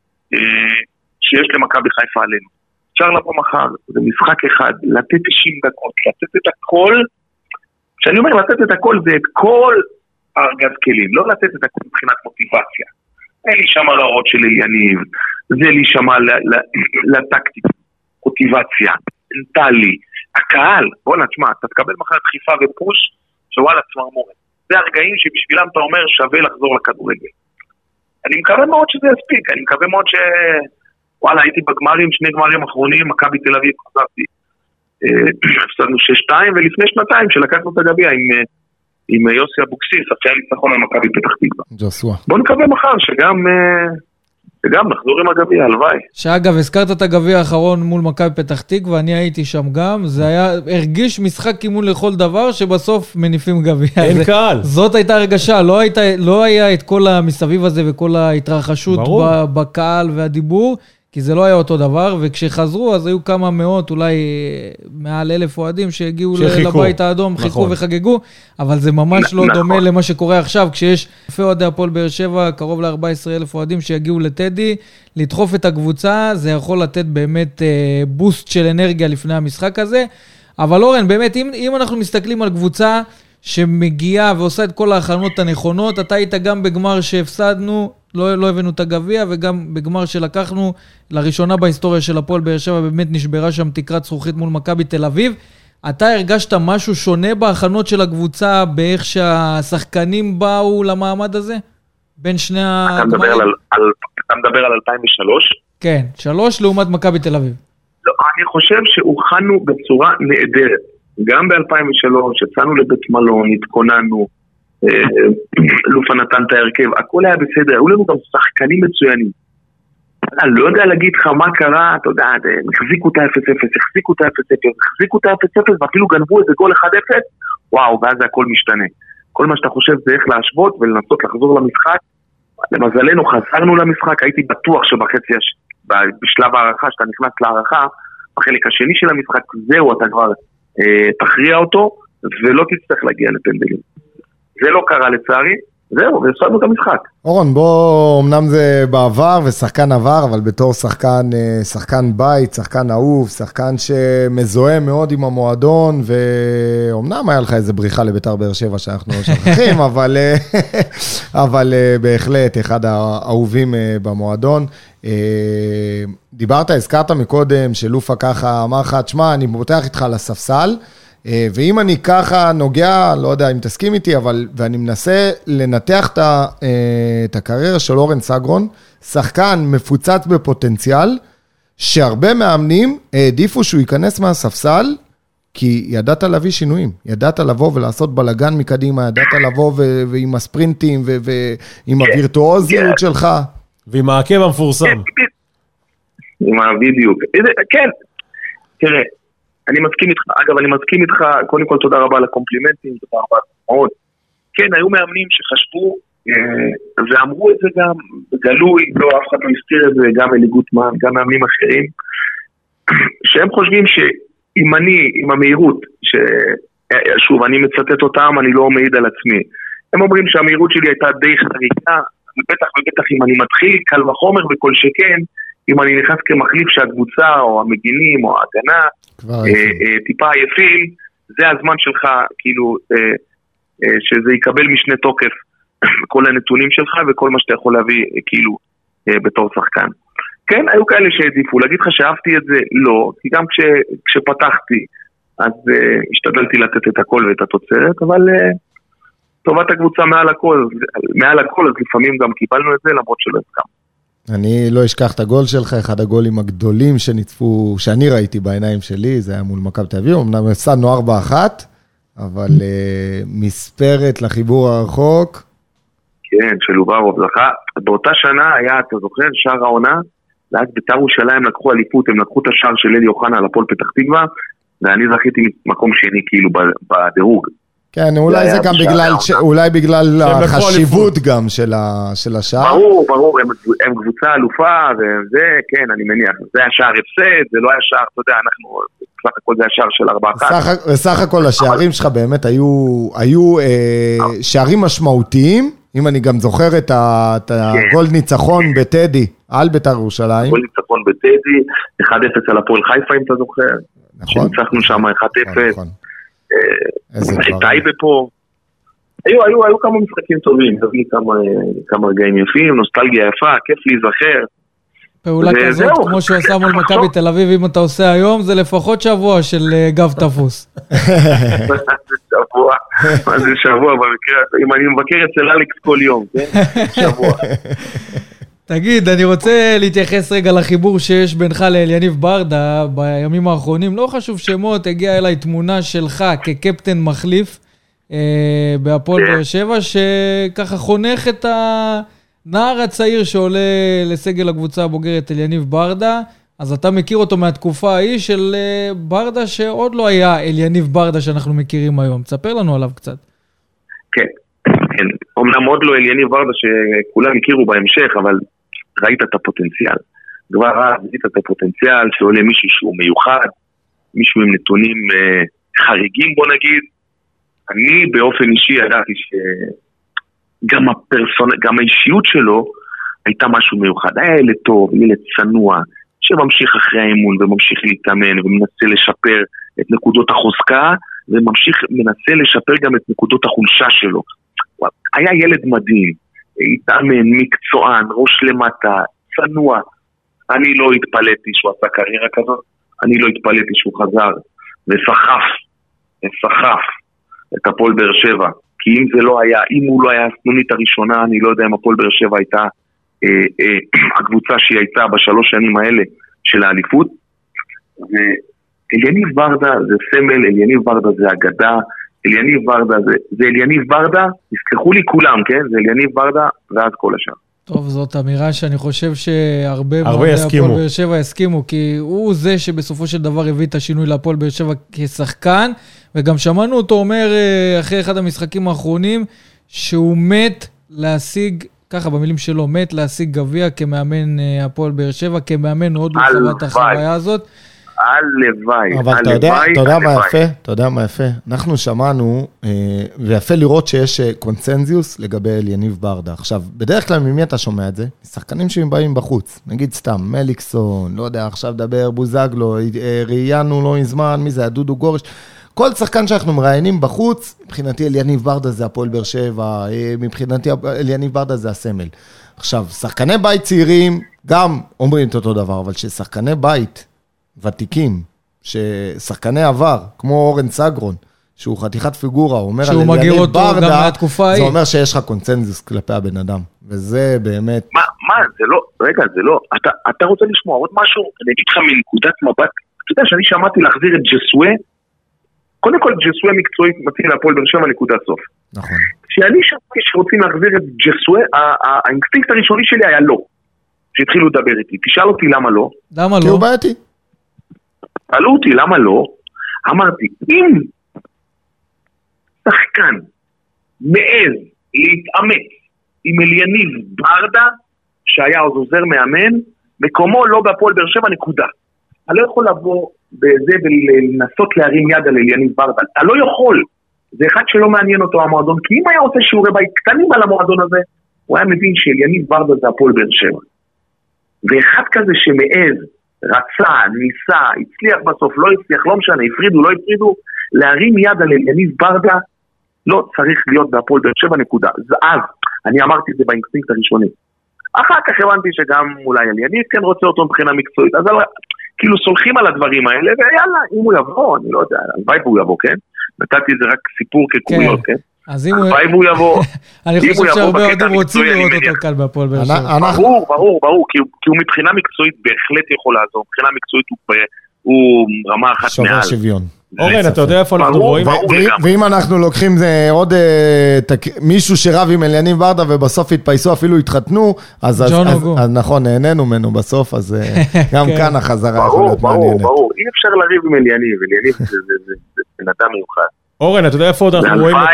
שיש למכבי חיפה עלינו. אפשר לבוא מחר, זה משחק אחד, לתת 90 דקות, לתת את הכל, כשאני אומר לתת את הכל זה את כל ארגז כלים, לא לתת את הכל מבחינת מוטיבציה. אין לי שמה להראות של יניב, זה לי שמה לטקטיקה, מוטיבציה, מנטלי, הקהל, בוא נשמע, אתה תקבל מחר דחיפה ופוש, שוואלה צמרמורת. זה הרגעים שבשבילם אתה אומר שווה לחזור לכדורגל. אני מקווה מאוד שזה יספיק, אני מקווה מאוד וואלה, הייתי בגמרים, 2 גמרים אחרונים, מכבי תל אביב, חזרתי. הפסדנו 6-2, ולפני 2 שלקחנו את הגביע עם יוסי אבוקסיס, אחרי הניצחון על מכבי פתח תקווה. ג'וסווה. בוא נקווה מחר שגם נחזור עם הגביע, הלוואי. שאגב, הזכרת את הגביע האחרון מול מכבי פתח תקווה, אני הייתי שם גם, זה היה, הרגיש משחק אימון לכל דבר, שבסוף מניפים גביע. אין קהל. זאת הייתה הרגשה, לא היה את כל המסביב הזה וכל ההתרחשות בקהל והדיבור, כי זה לא היה אותו דבר, וכשחזרו אז היו כמה מאות, אולי מעל 1,000 אוהדים שהגיעו לבית האדום, חיכו וחגגו, אבל זה ממש לא דומה למה שקורה עכשיו, כשיש אלפי אוהדי הפועל באר שבע, קרוב ל-14,000 אוהדים שיגיעו לטדי, לדחוף את הקבוצה, זה יכול לתת באמת בוסט של אנרגיה לפני המשחק הזה, אבל אורן, באמת, אם אנחנו מסתכלים על קבוצה שמגיעה ועושה את כל ההכנות הנכונות, אתה היית גם בגמר שהפסדנו, לא הבאנו את הגביע, וגם בגמר שלקחנו, לראשונה בהיסטוריה של הפועל באר שבע, באמת נשברה שם תקרת זכוכית מול מכבי תל אביב. אתה הרגשת משהו שונה בהכנות של הקבוצה, באיך שהשחקנים באו למעמד הזה? בין שני אתה מדבר על 2003? כן, 3 לעומת מכבי תל אביב. לא, אני חושב שהוכנו בצורה נהדרת. גם ב-2003, יצאנו לבית מלון, התכוננו, לופה נתן את ההרכב, הכל היה בסדר, היו לנו גם שחקנים מצוינים. אני לא יודע להגיד לך מה קרה, אתה יודע, החזיקו את ה-0-0, ואפילו גנבו איזה גול 1-0, וואו, ואז הכל משתנה. כל מה שאתה חושב זה איך להשוות ולנסות לחזור למשחק. למזלנו חזרנו למשחק, הייתי בטוח שבחצי, בשלב הערכה, שאתה נכנס לערכה, בחלק השני של המשחק, זהו, אתה כבר תכריע אותו, ולא תצטרך להגיע לפנדלים. זה לא קרה לצערי, זהו, והפסדנו את המשחק. אורן, בוא, אמנם זה בעבר ושחקן עבר, אבל בתור שחקן בית, שחקן אהוב, שחקן שמזוהה מאוד עם המועדון, ואומנם היה לך איזה בריחה לביתר באר שבע שאנחנו לא שכחים, אבל בהחלט אחד האהובים במועדון. הזכרת מקודם שלופה ככה אמר לך, תשמע, אני פותח איתך לספסל, ואם אני ככה נוגע, לא יודע אם תסכים איתי, אבל, ואני מנסה לנתח את הקריירה של אורן סגרון, שחקן מפוצץ בפוטנציאל, שהרבה מאמנים העדיפו שהוא ייכנס מהספסל, כי ידעת להביא שינויים, ידעת לבוא ולעשות בלגן מקדימה, ידעת לבוא ועם הספרינטים ועם הווירטואוזיות שלך. ועם העקב המפורסם. עם הווידאו. כן, תראה, אני מסכים איתך, אגב, קודם כל תודה רבה על הקומפלימנטים, תודה רבה מאוד. כן, היו מאמנים שחשבו, ואמרו את זה גם בגלוי, לא, אף אחד לא הסתיר את זה, גם אלי גוטמן, גם מאמנים אחרים, שהם חושבים שאם אני, עם המהירות, שוב, אני מצטט אותם, אני לא מעיד על עצמי, הם אומרים שהמהירות שלי הייתה די חריגה, ובטח אם אני מתחיל, קל וחומר וכל שכן, אם אני נכנס כמחליף שהקבוצה או המגינים או ההגנה טיפה עייפים, זה הזמן שלך כאילו שזה יקבל משנה תוקף כל הנתונים שלך וכל מה שאתה יכול להביא כאילו בתור שחקן. כן, היו כאלה שהעדיפו, להגיד לך שאהבתי את זה, לא, כי גם כשפתחתי אז השתדלתי לתת את הכל ואת התוצרת, אבל טובת הקבוצה מעל הכל, אז לפעמים גם קיבלנו את זה למרות שלא הסכם. אני לא אשכח את הגול שלך, אחד הגולים הגדולים שנצפו, שאני ראיתי בעיניים שלי, זה היה מול מכבי תל אביב, אמנם הפסדנו 4-1, אבל מספרת לחיבור הרחוק, כן, של אוברוב זכה. באותה שנה היה, אתה זוכר, שער העונה, ואז בית"ר ירושלים לקחו אליפות, הם לקחו את השער של אלי אוחנה על הפועל פתח תקווה, ואני זכיתי מקום שני כאילו בדירוג. כן, אולי זה גם בגלל החשיבות גם של השער. ברור, הם קבוצה אלופה, וזה, כן, אני מניח, זה היה שער הפסד, זה לא היה שער, אתה יודע, אנחנו, בסך הכל זה היה שער של 4-1. בסך הכל השערים שלך באמת היו שערים משמעותיים, אם אני גם זוכר את הגול ניצחון בטדי, על בית"ר ירושלים. גול ניצחון בטדי, 1-0 על הפועל חיפה, אם אתה זוכר. נכון. שניצחנו שם 1-0. נכון. טייבה פה. היו כמה משחקים טובים, תביא כמה רגעים יפים, נוסטלגיה יפה, כיף להיזכר. פעולה כזאת, כמו שהוא עשה מול מכבי תל אביב, אם אתה עושה היום, זה לפחות שבוע של גב תפוס. מה זה שבוע במקרה, אם אני מבקר אצל אלכס כל יום, כן? שבוע. תגיד, אני רוצה להתייחס רגע לחיבור שיש בינך לאליניב ברדה בימים האחרונים. לא חשוב שמות, הגיעה אליי תמונה שלך כקפטן מחליף בהפועל באר שבע, שככה חונך את הנער הצעיר שעולה לסגל הקבוצה הבוגרת אליניב ברדה. אז אתה מכיר אותו מהתקופה ההיא של ברדה, שעוד לא היה אליניב ברדה שאנחנו מכירים היום. תספר לנו עליו קצת. כן, כן. אמנם עוד לא אליניב ברדה שכולם הכירו בהמשך, אבל ראית את הפוטנציאל. כבר ראית את הפוטנציאל שעולה מישהו שהוא מיוחד, מישהו עם נתונים חריגים, בוא נגיד. אני באופן אישי ידעתי שגם האישיות שלו הייתה משהו מיוחד. היה ילד טוב, ילד צנוע, שממשיך אחרי האימון וממשיך להתאמן ומנסה לשפר את נקודות החוזקה, ומנסה לשפר גם את נקודות החולשה שלו. היה ילד מדהים, התאמן, מקצוען, ראש למטה, צנוע. אני לא התפלאתי שהוא עשה קריירה כזאת, אני לא התפלאתי שהוא חזר וסחף את הפועל באר שבע. כי אם הוא לא היה הסנונית הראשונה, אני לא יודע אם הפועל באר שבע הייתה הקבוצה שהיא הייתה בשלוש שנים האלה של האליפות. אליניב ברדה זה סמל, אליניב ברדה זה אגדה, אליניב ברדה זה אליניב ברדה, יזכחו לי כולם, כן? זה אליניב ברדה ואז כל השאר. טוב, זאת אמירה שאני חושב שהרבה מהפועל באר שבע יסכימו, כי הוא זה שבסופו של דבר הביא את השינוי להפועל באר שבע כשחקן, וגם שמענו אותו אומר אחרי אחד המשחקים האחרונים, שהוא מת להשיג, ככה במילים שלו, מת להשיג גביע כמאמן הפועל באר שבע, כמאמן עוד לחוות החוויה הזאת. הלוואי. אבל אתה יודע מה יפה? אנחנו שמענו, ויפה לראות שיש קונצנזיוס לגבי אליניב ברדה. עכשיו, בדרך כלל ממי אתה שומע את זה? שחקנים שהם באים בחוץ. נגיד סתם, מליקסון, לא יודע, עכשיו דבר בוזגלו, ראיינו לא מזמן, מי זה, דודו גורש. כל שחקן שאנחנו מראיינים בחוץ, מבחינתי אליניב ברדה זה הפועל באר שבע, מבחינתי אליניב ברדה זה הסמל. עכשיו, שחקני בית צעירים גם אומרים את אותו דבר, אבל ששחקני בית ותיקים, ששחקני עבר, כמו אורן סגרון, שהוא חתיכת פיגורה, הוא אומר על אליניב ברדה, זה אומר שיש לך קונצנזוס כלפי הבן אדם, וזה באמת... מה, זה לא, רגע, זה לא, אתה רוצה לשמוע עוד משהו? אני אגיד לך מנקודת מבט, אתה יודע שאני שמעתי להחזיר את ג'סווה, קודם כל ג'סווה מקצועית מתחיל להפועל באר שבע נקודת סוף. נכון. כשאני שמעתי שרוצים להחזיר את ג'סווה, האינסטינקט הראשוני שלי היה לא, שהתחילו לדבר איתי, תשאל אותי למה לא. למה לא? כי הוא בעייתי. שאלו אותי למה לא, אמרתי, אם שחקן מעז להתאמץ עם אליניב ברדה, שהיה עוד עוזר מאמן, מקומו לא בהפועל באר שבע נקודה. אתה לא יכול לבוא בזה ולנסות להרים יד על אליניב ברדה, אתה לא יכול, זה אחד שלא מעניין אותו המועדון, כי אם היה עושה שיעורי בית קטנים על המועדון הזה, הוא היה מבין שאליניב ברדה זה הפועל באר שבע. ואחד כזה שמעז, רצה, ניסה, הצליח בסוף, לא הצליח, לא משנה, הפרידו, לא הפרידו, להרים יד על אליניב ברדה, לא צריך להיות בהפועל באר שבע נקודה. אז אני אמרתי את זה באינסטינקט הראשוני. אחר כך הבנתי שגם אולי אליניב כן רוצה אותו מבחינה מקצועית, אז כאילו סולחים על הדברים האלה, ויאללה, אם הוא יבוא, אני לא יודע, הלוואי והוא יבוא, כן? נתתי את זה רק סיפור כקוריות, כן? אז אם הוא יבוא... אני חושב שהרבה אוהדים רוצים לראות אותו כאן בהפועל באר שבע. ברור, כי הוא מבחינה מקצועית בהחלט יכול לעזור, מבחינה מקצועית הוא רמה אחת מעל. שובר שוויון. אורן, אתה יודע איפה אנחנו רואים? ואם אנחנו לוקחים זה עוד מישהו שרב עם אליניב ברדה ובסוף התפייסו, אפילו התחתנו, אז נכון, נהנינו ממנו בסוף, אז גם כאן החזרה יכול להיות מעניינת. ברור, אי אפשר לריב עם אליניב, אליניב זה בן אדם מיוחד. אורן, אתה יודע איפה עוד אנחנו רואים?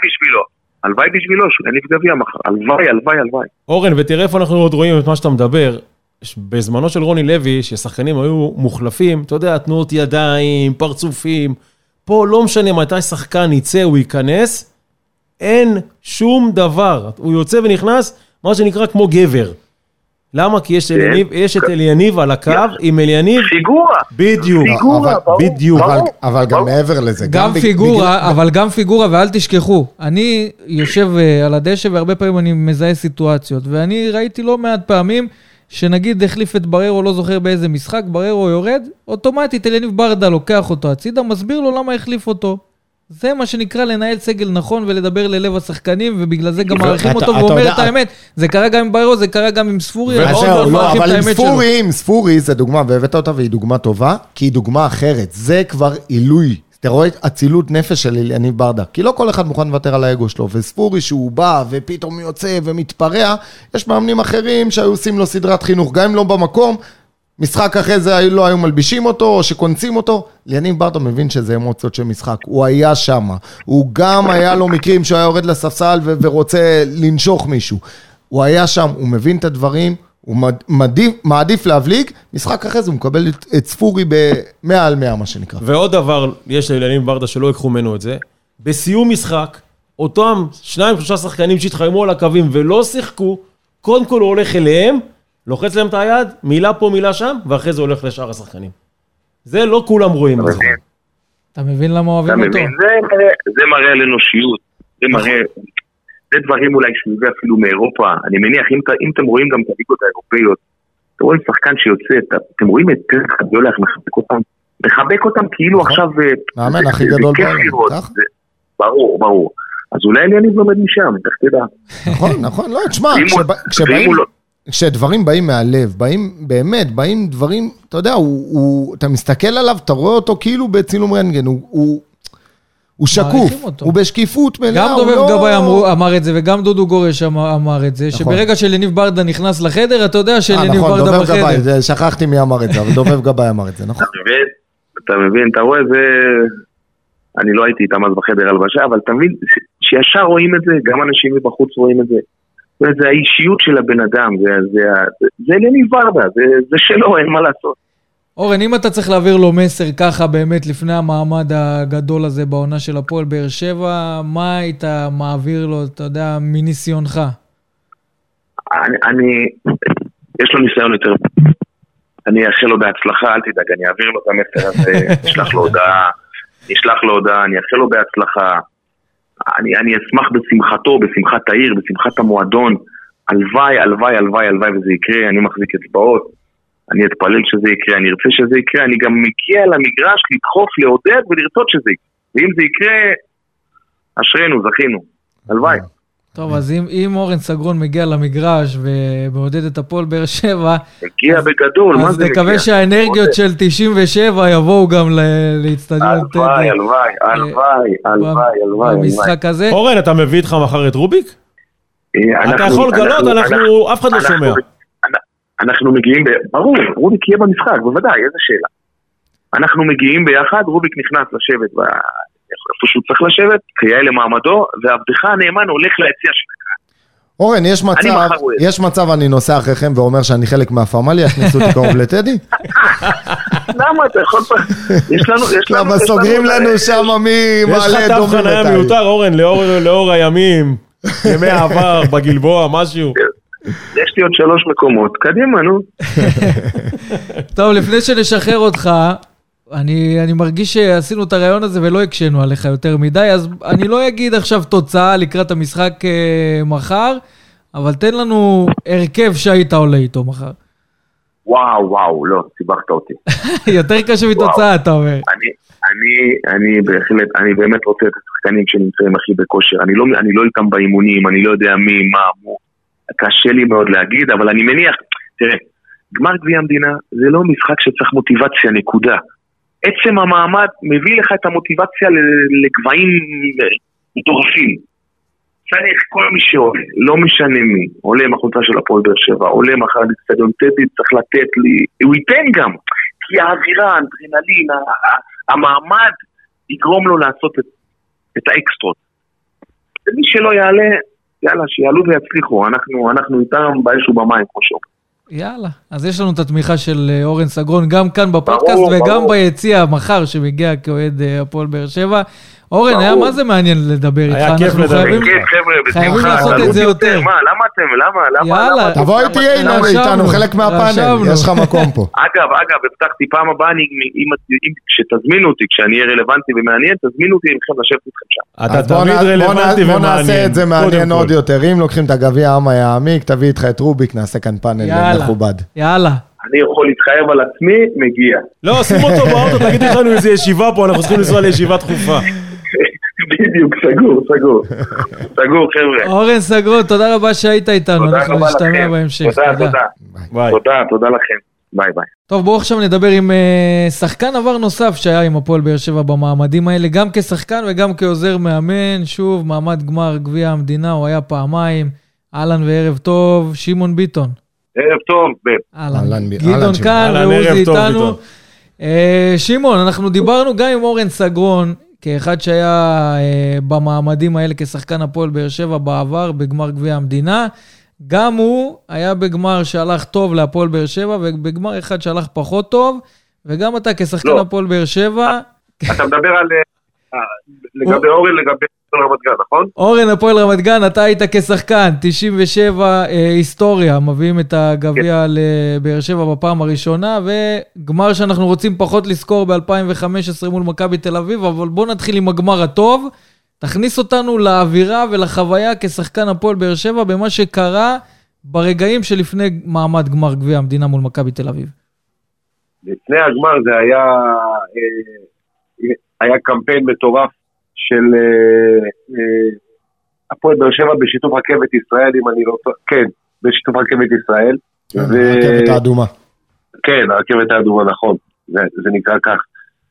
הלוואי בשבילו, שאליניב גביע מחר, הלוואי. אורן, ותראה איפה אנחנו עוד רואים את מה שאתה מדבר. בזמנו של רוני לוי, ששחקנים היו מוחלפים, אתה יודע, תנועות ידיים, פרצופים, פה לא משנה מתי שחקן יצא, הוא ייכנס, אין שום דבר. הוא יוצא ונכנס, מה שנקרא כמו גבר. למה? כי יש את אליניב על הקו, עם אליניב... פיגורה. בדיוק. בדיוק. אבל גם מעבר לזה. גם פיגורה, אבל גם פיגורה, ואל תשכחו. אני יושב על הדשא, והרבה פעמים אני מזהה סיטואציות, ואני ראיתי לא מעט פעמים, שנגיד החליף את בררו, לא זוכר באיזה משחק, בררו יורד, אוטומטית אליניב ברדה לוקח אותו הצידה, מסביר לו למה החליף אותו. זה מה שנקרא לנהל סגל נכון ולדבר ללב השחקנים, ובגלל זה גם מעריכים אותו, ואומר את האמת. זה קרה גם עם בררו, זה קרה גם עם ספורי. אבל עם ספורי זה דוגמה, והבאת אותה והיא דוגמה טובה, כי היא דוגמה אחרת. זה כבר עילוי. אתה רואה אצילות נפש של אליניב ברדה, כי לא כל אחד מוכן לוותר על האגו שלו, וספורי שהוא בא ופתאום יוצא ומתפרע, יש מאמנים אחרים שהיו עושים לו סדרת חינוך, גם אם לא במקום, משחק אחרי זה לא היו מלבישים אותו, או שקונצים אותו, אליניב ברדה מבין שזה אמוציות של משחק, הוא היה שם, הוא גם היה לו מקרים שהוא היה יורד לספסל ורוצה לנשוך מישהו, הוא היה שם, הוא מבין את הדברים, הוא מעדיף להבליג, משחק אחרי זה הוא מקבל את ספורי ב100 על 100 מה שנקרא. ועוד דבר, יש לאליניב ברדה שלא יקחו ממנו את זה, בסיום משחק, אותם 2-3 שחקנים שהתחיימו על הקווים ולא שיחקו, קודם כל הוא הולך אליהם, לוחץ להם את היד, מילה פה מילה שם, ואחרי זה הולך לשאר השחקנים. זה לא כולם רואים. אתה מבין למה אוהבים אותו? זה מראה על אנושיות, זה מראה... זה דברים אולי שהוא יביא אפילו מאירופה, אני מניח, אם אתם רואים גם את הליגות האירופאיות, אתם רואים שחקן שיוצא, אתם רואים את פרק גדולה, מחבק אותם כאילו עכשיו, האמן הכי גדול בעולם, ברור, אז אולי אליניב לומד משם, כך תדע. נכון, לא, תשמע, כשדברים באים מהלב, באים דברים, אתה יודע, אתה מסתכל עליו, אתה רואה אותו כאילו בצילום רנטגן, הוא שקוף, הוא בשקיפות מלאה. גם דובב גבאי אמר את זה, וגם דודו גורש אמר את זה, שברגע שאליניב ברדה נכנס לחדר, אתה יודע שאליניב ברדה בחדר. נכון, דובב גבאי, שכחתי מי אמר את זה, אבל דובב גבאי אמר את זה, נכון? אתה מבין, אתה רואה, אני לא הייתי איתם אז בחדר הלבשה, אבל אתה מבין, שישר רואים את זה, גם אנשים מבחוץ רואים את זה. זה האישיות של הבן אדם, זה אליניב ברדה, זה שלו, אין מה לעשות. אורן, אם אתה צריך להעביר לו מסר ככה באמת לפני המעמד הגדול הזה בעונה של הפועל באר שבע, מה היית מעביר לו, אתה יודע, מניסיונך? יש לו ניסיון יותר, אני אאחל לו בהצלחה, אל תדאג, אני אעביר לו את המסר הזה, נשלח לו הודעה, אני אאחל לו בהצלחה, אני אשמח בשמחתו, בשמחת העיר, בשמחת המועדון, הלוואי וזה יקרה, אני מחזיק אצבעות, אני אתפלל שזה יקרה, אני ארצה שזה יקרה, אני גם מגיע למגרש לדחוף, לעודד ולרצות שזה יקרה. ואם זה יקרה, אשרנו, זכינו. הלוואי. טוב, אז אם אורן סגרון מגיע למגרש ומעודד את הפועל באר שבע, מגיע בגדול, מה זה מגיע? אז נקווה שהאנרגיות של 97 יבואו גם לאצטדיון טדי. הלוואי. במשחק הזה. אורן, אתה מביא איתך מחר את רוביק? אתה יכול לגלות, אף אחד לא שומע. אנחנו מגיעים, ברור, רוביק יהיה במשחק, בוודאי, איזה שאלה. אנחנו מגיעים ביחד, רוביק נכנס לשבת, איפה שהוא צריך לשבת, קריאה למעמדו, ועבדך הנאמן הולך ליציע שלך. אורן, יש מצב אני נוסע אחריכם ואומר שאני חלק מהפרמליה, הכניסו אותי קרוב לטדי? למה? אתה יכול פעם... למה סוגרים לנו שם מי מעלה דומה יש לך חניה מיותר, אורן, לאור הימים, ימי העבר, בגלבוע, משהו. יש לי עוד 3 מקומות, קדימה, נו. טוב, לפני שנשחרר אותך, אני מרגיש שעשינו את הרעיון הזה ולא הקשנו עליך יותר מדי, אז אני לא אגיד עכשיו תוצאה לקראת המשחק מחר, אבל תן לנו הרכב שהיית עולה איתו מחר. וואו, לא, סיבכת אותי. יותר קשה מתוצאה, אתה אומר. אני באמת רוצה את השחקנים שנמצאים הכי בכושר, אני לא איתם באימונים, אני לא יודע מה, קשה לי מאוד להגיד, אבל אני מניח, תראה, גמר גביע המדינה זה לא משחק שצריך מוטיבציה, נקודה. עצם המעמד מביא לך את המוטיבציה לגבהים מטורפים. צריך כל מי שעולה, לא משנה מי, עולה עם החולצה של הפועל באר שבע, עולה מחר לאצטדיון טדי, צריך לתת לי, הוא ייתן גם, כי האווירה, האדרנלין, המעמד יגרום לו לעשות את האקסטרות. ומי שלא יעלה, יאללה, שיעלו ויצליחו, אנחנו איתם באש ובמים כמו שאומרים. יאללה, אז יש לנו את התמיכה של אורן סגרון, גם כאן בפודקאסט וגם ביציע מחר שמגיע כאוהד הפועל באר שבע. אורן, היה מה זה מעניין לדבר איתך? היה כיף לדבר. חייבים לעשות את זה יותר. מה, למה אתם? יאללה. תבוא איתי איתנו, חלק מהפאנל, יש לך מקום פה. אגב, הבטחתי פעם הבאה, כשתזמינו אותי, כשאני אהיה רלוונטי ומעניין, תזמינו אותי איתכם לשבת איתכם שם. אתה תמיד רלוונטי ומעניין. בוא נעשה את זה מעניין עוד יותר. אם לוקחים את הגביע העם היעמיק, תביא איתך את רוביק, נעשה כאן פאנל מכובד. יאללה. אני יכול להתחייב על עצמי, מגיע. לא, שים אותו באוטו, תגיד לנו איזה ישיבה פה, אנחנו צריכים לנסוע לישיבה דחופה. בדיוק, סגור, חבר'ה. אורן סגרון, תודה רבה שהיית איתנו, אנחנו נשתמע בהמשך. תודה לכם. ביי. טוב, בואו עכשיו נדבר עם שחקן עבר נוסף שהיה עם הפועל באר שבע במעמדים האלה, גם כשחקן וגם כעוזר מאמן, שוב, מעמד גמר גביע המדינה, הוא היה פעמיים, אהלן וערב טוב, שמעון ביטון. ערב טוב, אהלן, גדעון כאן ועוזי איתנו. שמעון, אנחנו דיברנו גם עם אורן סגרון, כאחד שהיה במעמדים האלה כשחקן הפועל באר שבע בעבר, בגמר גביע המדינה, גם הוא היה בגמר שהלך טוב להפועל באר שבע, ובגמר אחד שהלך פחות טוב, וגם אתה כשחקן הפועל באר שבע... אתה מדבר על... לגבי אורן, לגבי רמת גן, נכון? אורן, הפועל רמת גן, אתה היית כשחקן, 97 היסטוריה, מביאים את הגביע לבאר שבע בפעם הראשונה, וגמר שאנחנו רוצים פחות לזכור ב-2015 מול מכבי תל אביב, אבל בוא נתחיל עם הגמר הטוב, תכניס אותנו לאווירה ולחוויה כשחקן הפועל באר שבע, במה שקרה ברגעים שלפני מעמד גמר גביע המדינה מול מכבי תל אביב. לפני הגמר זה היה קמפיין מטורף של הפועל באר שבע בשיתוף רכבת ישראל, אם אני לא טועה, כן, בשיתוף רכבת ישראל. הרכבת האדומה. כן, הרכבת האדומה, נכון, זה נקרא כך.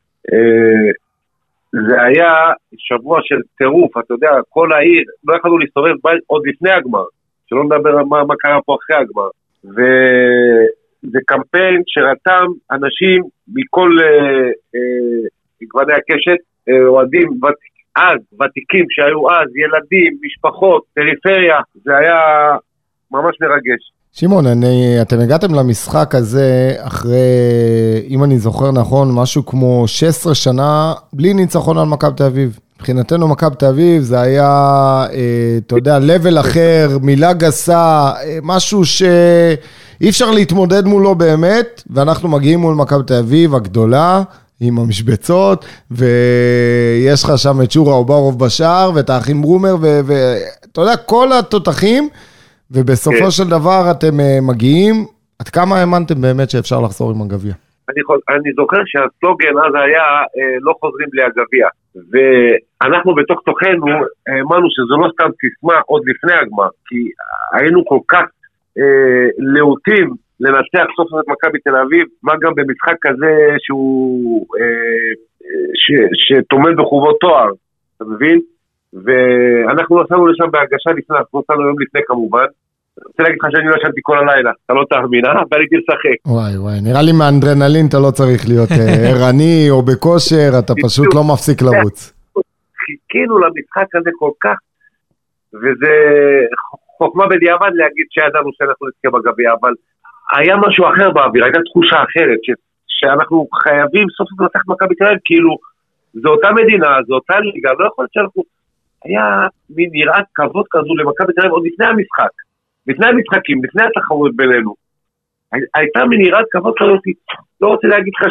זה היה שבוע של טירוף, אתה יודע, כל העיר, לא יכולנו להסתובב עוד לפני הגמר, שלא נדבר על מה קרה פה אחרי הגמר. וזה קמפיין שרתם אנשים מכל גווני הקשת, אוהדים ותיקים שהיו אז, ילדים, משפחות, פריפריה, זה היה ממש מרגש. שמעון, אתם הגעתם למשחק הזה אחרי, אם אני זוכר נכון, משהו כמו 16 שנה בלי ניצחון על מכבי תל אביב. מבחינתנו מכבי תל אביב זה היה, אתה יודע, לבל אחר, מילה גסה, משהו שאי אפשר להתמודד מולו באמת, ואנחנו מגיעים מול מכבי תל אביב הגדולה, עם המשבצות, ויש לך שם את שורה אוברוב בשער, ואת האחים ברומר, ואתה יודע, כל התותחים, ובסופו של דבר אתם מגיעים, עד כמה האמנתם באמת שאפשר לחזור עם הגביע? אני זוכר שהסלוגן אז היה לא חוזרים בלי הגביע, ואנחנו בתוך תוכנו האמנו שזו לא סתם סיסמה עוד לפני הגמר, כי היינו כל כך להוטים לנצח סוף את מכבי תל אביב, מה גם במשחק כזה שהוא שתומד בחובות תואר, אתה מבין? ואנחנו נסענו לשם בהרגשה לפני, אנחנו נסענו יום לפני כמובן. אני רוצה להגיד לך שאני לא ישנתי כל הלילה, אתה לא תאמין, ועליתי לשחק. וואי, נראה לי מאנדרנלין אתה לא צריך להיות ערני או בכושר, אתה פשוט לא מפסיק לרוץ. חיכינו למשחק הזה כל כך, וזה חוכמה בדיעבד להגיד שידענו שאנחנו נזכה בגביע, אבל היה משהו אחר באוויר, הייתה תחושה אחרת, שאנחנו חייבים סוף סוף לנצח מכבי תל אביב, כאילו, זו אותה מדינה, זו אותה ליגה, לא יכול להיות שאנחנו... היה מין יראת כבוד כזו למכבי תל אביב עוד לפני המשחק, לפני המשחקים, לפני התחרות בינינו. הייתה מין יראת כבוד כזאת, לא רוצה להגיד לך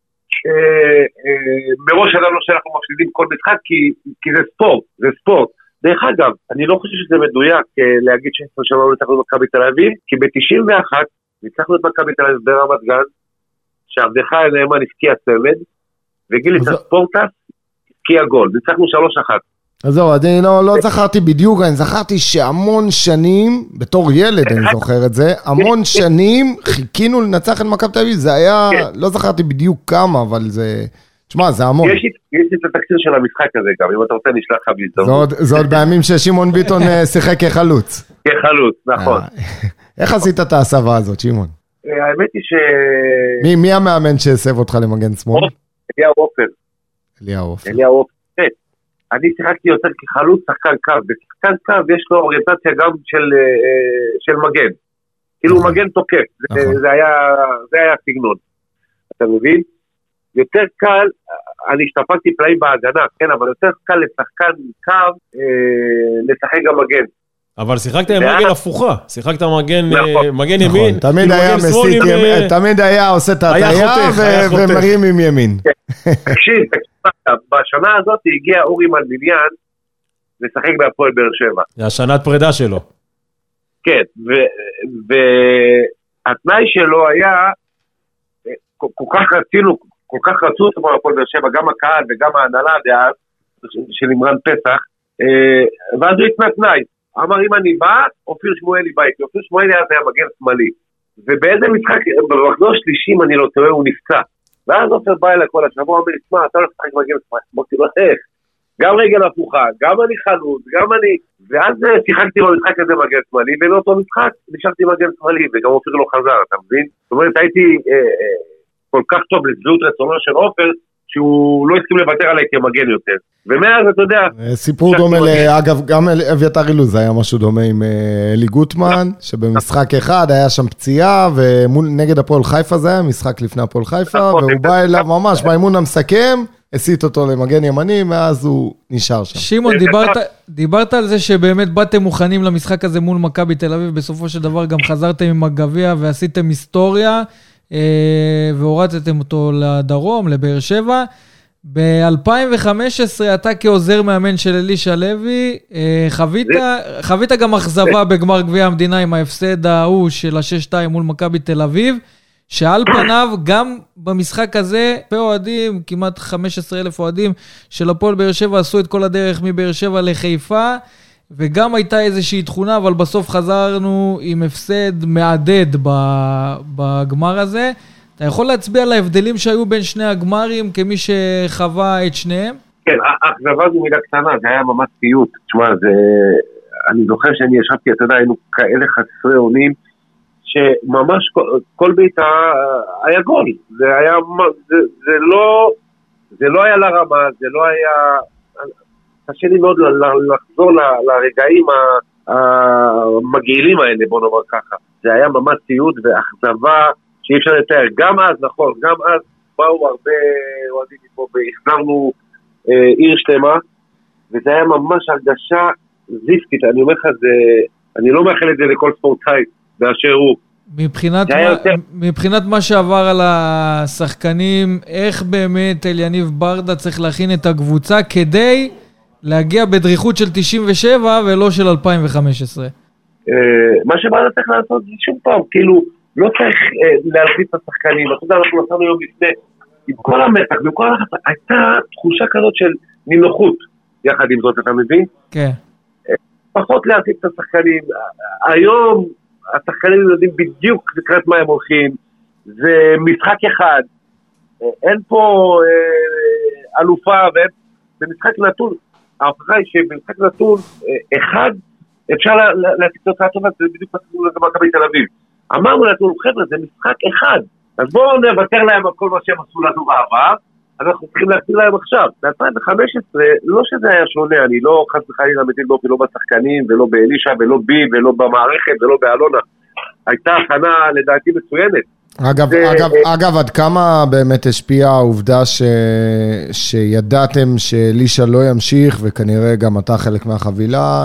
מראש ידענו שאנחנו מפסידים כל משחק, כי זה ספורט. דרך אגב, אני לא חושב שזה מדויק להגיד ש16 שנה לא ניצחנו את מכבי תל אביב, כי ב-91 ניצחנו את מכבי תל אביב ברמת גן, שעבדך נאמן הפקיע צמד, וגיל את הספורטס הפקיע גול, ניצחנו 3-1. אז זהו, אני לא זכרתי בדיוק, אני זכרתי שהמון שנים, בתור ילד אני זוכר את זה, המון שנים חיכינו לנצח את מכבי תל אביב, זה היה, לא זכרתי בדיוק כמה, אבל זה, תשמע, זה המון. יש לי את התקציר של המשחק הזה גם, אם אתה רוצה נשלח לך בהזדמנות. זה עוד בימים ששימון ביטון שיחק כחלוץ. כחלוץ, נכון. איך עשית את ההסבה הזאת, שימון? האמת היא ש... מי המאמן שהסב אותך למגן שמאל? אליהו עופר. אני שיחקתי יותר כחלוץ, שחקן קו, ושחקן קו יש לו אוריינטציה גם של מגן. כאילו מגן תוקף, זה היה סגנון. אתה מבין? יותר קל, אני השתפקתי פלאים בהגנה, כן, אבל יותר קל לשחקן קו, לשחק גם מגן. אבל שיחקת עם מגן הפוכה, שיחקת מגן ימין, תמיד היה עושה את ההטעיה ומרים עם ימין. תקשיב, בשנה הזאת הגיע אורי מלמיליאן לשחק בהפועל באר שבע. זה השנת פרידה שלו. כן, והתנאי שלו היה, כל כך רצו אותו בהפועל באר שבע, גם הקהל וגם ההנהלה דאז, של אמרן פסח, ואז הוא התנה תנאי. אמר, אם אני בא, אופיר שמואלי בא איתי. אופיר שמואלי אז היה מגן שמאלי. ובאיזה משחק, במחזור שלישי, אני לא טועה, הוא נפצע. ואז אופיר בא אליי כל השבוע, הוא אומר לי, תשמע, אתה לא שחק מגן שמאלי. אמרתי לו, איך? גם רגל הפוכה, גם אני חלוץ, גם אני... ואז שיחקתי במשחק הזה מגן שמאלי, ולאותו משחק נשארתי מגן שמאלי, וגם אופיר לא חזר, אתה מבין? זאת אומרת, הייתי כל כך טוב לשביעות רצונו של אופיר, שהוא לא הסכים לוותר עליי כמגן יותר. ומאז, אתה יודע... סיפור דומה, אגב, גם אביתר אילוז היה משהו דומה עם אלי גוטמן, שבמשחק אחד היה שם פציעה, ונגד הפועל חיפה זה היה, משחק לפני הפועל חיפה, והוא בא אליו ממש באימון המסכם, הסיט אותו למגן ימני, מאז הוא נשאר שם. שמעון, דיברת על זה שבאמת באתם מוכנים למשחק הזה מול מכבי תל אביב, בסופו של דבר גם חזרתם עם הגביע ועשיתם היסטוריה, והורדתם אותו לדרום, לבאר שבע. ב-2015 אתה כעוזר מאמן של אלישע לוי, חווית גם אכזבה בגמר גביע המדינה עם ההפסד ההוא של ה-6-2 מול מכבי תל אביב, שעל פניו גם במשחק הזה, אוהדים, כמעט 15,000 אוהדים של הפועל באר שבע עשו את כל הדרך מבאר שבע לחיפה, וגם הייתה איזושהי תכונה, אבל בסוף חזרנו עם הפסד מעדד בגמר הזה. אתה יכול להצביע על ההבדלים שהיו בין שני הגמרים, כמי שחווה את שניהם? כן, האכזבה זו מילה קטנה, זה היה ממש פיוט. תשמע, אני זוכר שאני ישבתי, אתה יודע, היינו כאלה חסרי אונים, שממש כל ביתה היה גול. זה לא היה לרמה, זה לא היה... קשה לי מאוד לחזור לרגעים המגעילים האלה, בוא נאמר ככה. זה היה ממש ציוד ואכזבה שאי אפשר לתאר. גם אז, נכון, גם אז באו הרבה אוהדים פה, והחזרנו עיר שלמה, וזה היה ממש הרגשה זיפטית. אני אומר לך, אני לא מאחל את זה לכל ספורטאי באשר הוא. מבחינת מה שעבר על השחקנים, איך באמת אליניב ברדה צריך להכין את הקבוצה כדי להגיע בדריכות של 97 ולא של 2015? מה שברדה צריך לעשות זה שום פעם, כאילו, לא צריך להלחיץ את השחקנים. אתה יודע, אנחנו נסענו יום לפני, עם כל המתח, וכל הלחץ, הייתה תחושה כזאת של נינוחות, יחד עם זאת, אתה מבין? כן. פחות להלחיץ את השחקנים. היום, השחקנים יודעים בדיוק לקראת מה הם הולכים, זה משחק אחד, אין פה אלופה, במשחק נתון, ההפכה היא שבמשחק נתון אחד, אפשר להציג תוצאה טובה, זה בדיוק פסקנו לזה מכבי תל אביב. אמרנו לעצמנו, חבר'ה, זה משחק אחד, אז בואו נוותר להם על כל מה שהם עשו לנו בעבר, אז אנחנו צריכים להציג להם עכשיו. ב-2015, לא שזה היה שונה, אני לא חס וחלילה מטיל באופן, לא בשחקנים, ולא באלישע, ולא בי, ולא במערכת, ולא באלונה. הייתה הכנה לדעתי מצוינת. אגב, עד כמה באמת השפיעה העובדה שידעתם שאלישע לא ימשיך, וכנראה גם אתה חלק מהחבילה,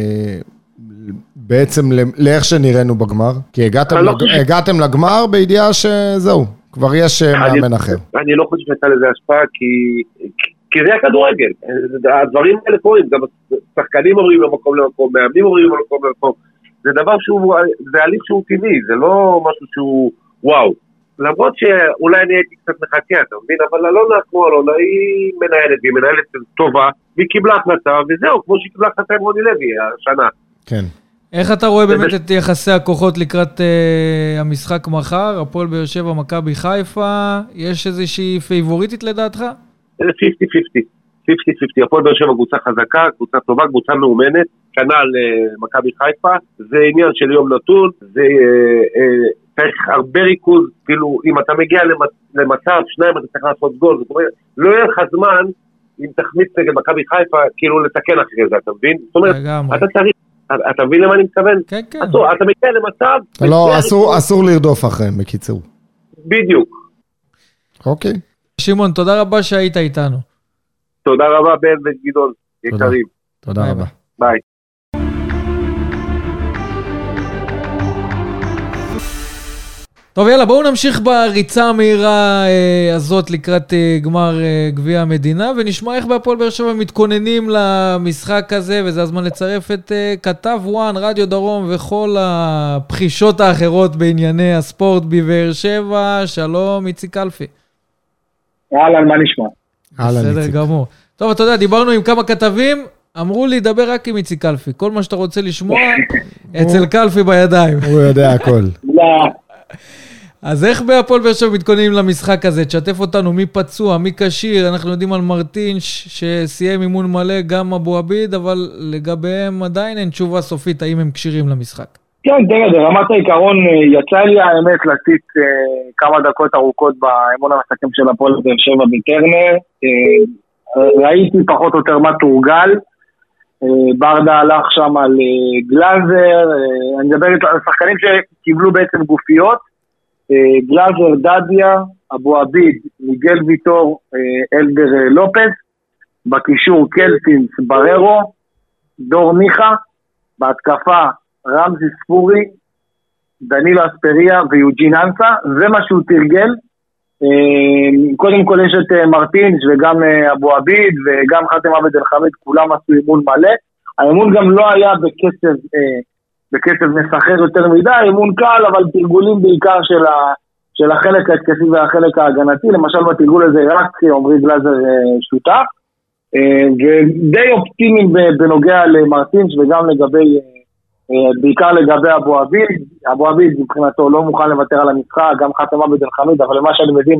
בעצם לאיך שנראינו בגמר? כי הגעתם לגמר בידיעה שזהו, כבר יש מאמן אחר. אני לא חושב שהייתה לזה השפעה, כי זה הכדורגל. הדברים האלה קורים, גם שחקנים אומרים במקום למקום, מאמנים אומרים במקום למקום. זה דבר שהוא, זה הליך שהוא טבעי, זה לא משהו שהוא וואו. למרות שאולי אני הייתי קצת מחכה, אתה מבין? אבל אלונה כמו אלונה היא מנהלת, והיא מנהלת טובה, והיא קיבלה החלטה, וזהו, כמו שהיא קיבלה החלטה עם רוני לוי השנה. כן. איך אתה רואה באמת את יחסי הכוחות לקראת המשחק מחר? הפועל באר שבע, מכבי חיפה, יש איזושהי פייבוריטית לדעתך? 50-50. 50-50. הפועל באר שבע קבוצה חזקה, קבוצה טובה, קבוצה מאומנת, כנ"ל מכבי חיפה, זה עניין של יום נתון, זה צריך הרבה ריכוז, כאילו אם אתה מגיע למצב, שניים אתה צריך לעשות גול, זאת אומרת, לא יהיה לך זמן אם תחמיץ נגד מכבי חיפה, כאילו לתקן אחרי זה, אתה מבין? זאת אומרת, אתה צריך, אתה מבין למה אני מתכוון? כן, כן. אתה מגיע למצב... לא, אסור לרדוף אחריהם, בקיצור. בדיוק. אוקיי. שמעון, תודה רבה שהיית איתנו. תודה רבה בן וגדעון, יקרים. תודה רבה. ביי. טוב, יאללה, בואו נמשיך בריצה המהירה הזאת לקראת גמר גביע המדינה, ונשמע איך בהפועל באר שבע מתכוננים למשחק הזה, וזה הזמן לצרף את כתב וואן, רדיו דרום וכל הבחישות האחרות בענייני הספורט בבאר שבע. שלום, איציק קלפי. אהלן, מה נשמע? בסדר גמור. טוב, אתה יודע, דיברנו עם כמה כתבים, אמרו לי, דבר רק עם איציק קלפי. כל מה שאתה רוצה לשמוע, אצל קלפי בידיים. הוא יודע הכל. אז איך בהפועל באר שבע מתכוננים למשחק הזה? תשתף אותנו, מי פצוע, מי כשיר, אנחנו יודעים על מרטינש שסיים אימון מלא, גם אבו עביד, אבל לגביהם עדיין אין תשובה סופית, האם הם כשירים למשחק. כן, תראה, ברמת העיקרון יצא לי האמת להציץ כמה דקות ארוכות באימון המשחקים של הפועל באר שבע בטרנר, ראיתי פחות או יותר מה תורגל, ברדה הלך שם על גלאזר, אני מדבר על שחקנים שקיבלו בעצם גופיות, גלאזר, דדיה, אבו עביד, מיגל ויטור, אלדר לופס, בקישור קלטינס, בררו, דור מיכה, בהתקפה רמזי ספורי, דנילו אספריה ויוג'ין אנסה, זה מה שהוא תרגל. קודם כל יש את מרטינש וגם אבו עביד וגם חתם עבד אל חמיד, כולם עשו אימון מלא. האימון גם לא היה בקצב משחק יותר מדי, אימון קל, אבל תרגולים בעיקר של החלק ההתקפי והחלק ההגנתי, למשל בתרגול הזה רק עומרי גלאזר שותף, ודי אופטימיים בנוגע למרטינש וגם לגבי, בעיקר לגבי אבו עביד. אבו עביד מבחינתו לא מוכן לוותר על המשחק, גם חתם עבד אל חמיד, אבל למה שאני מבין,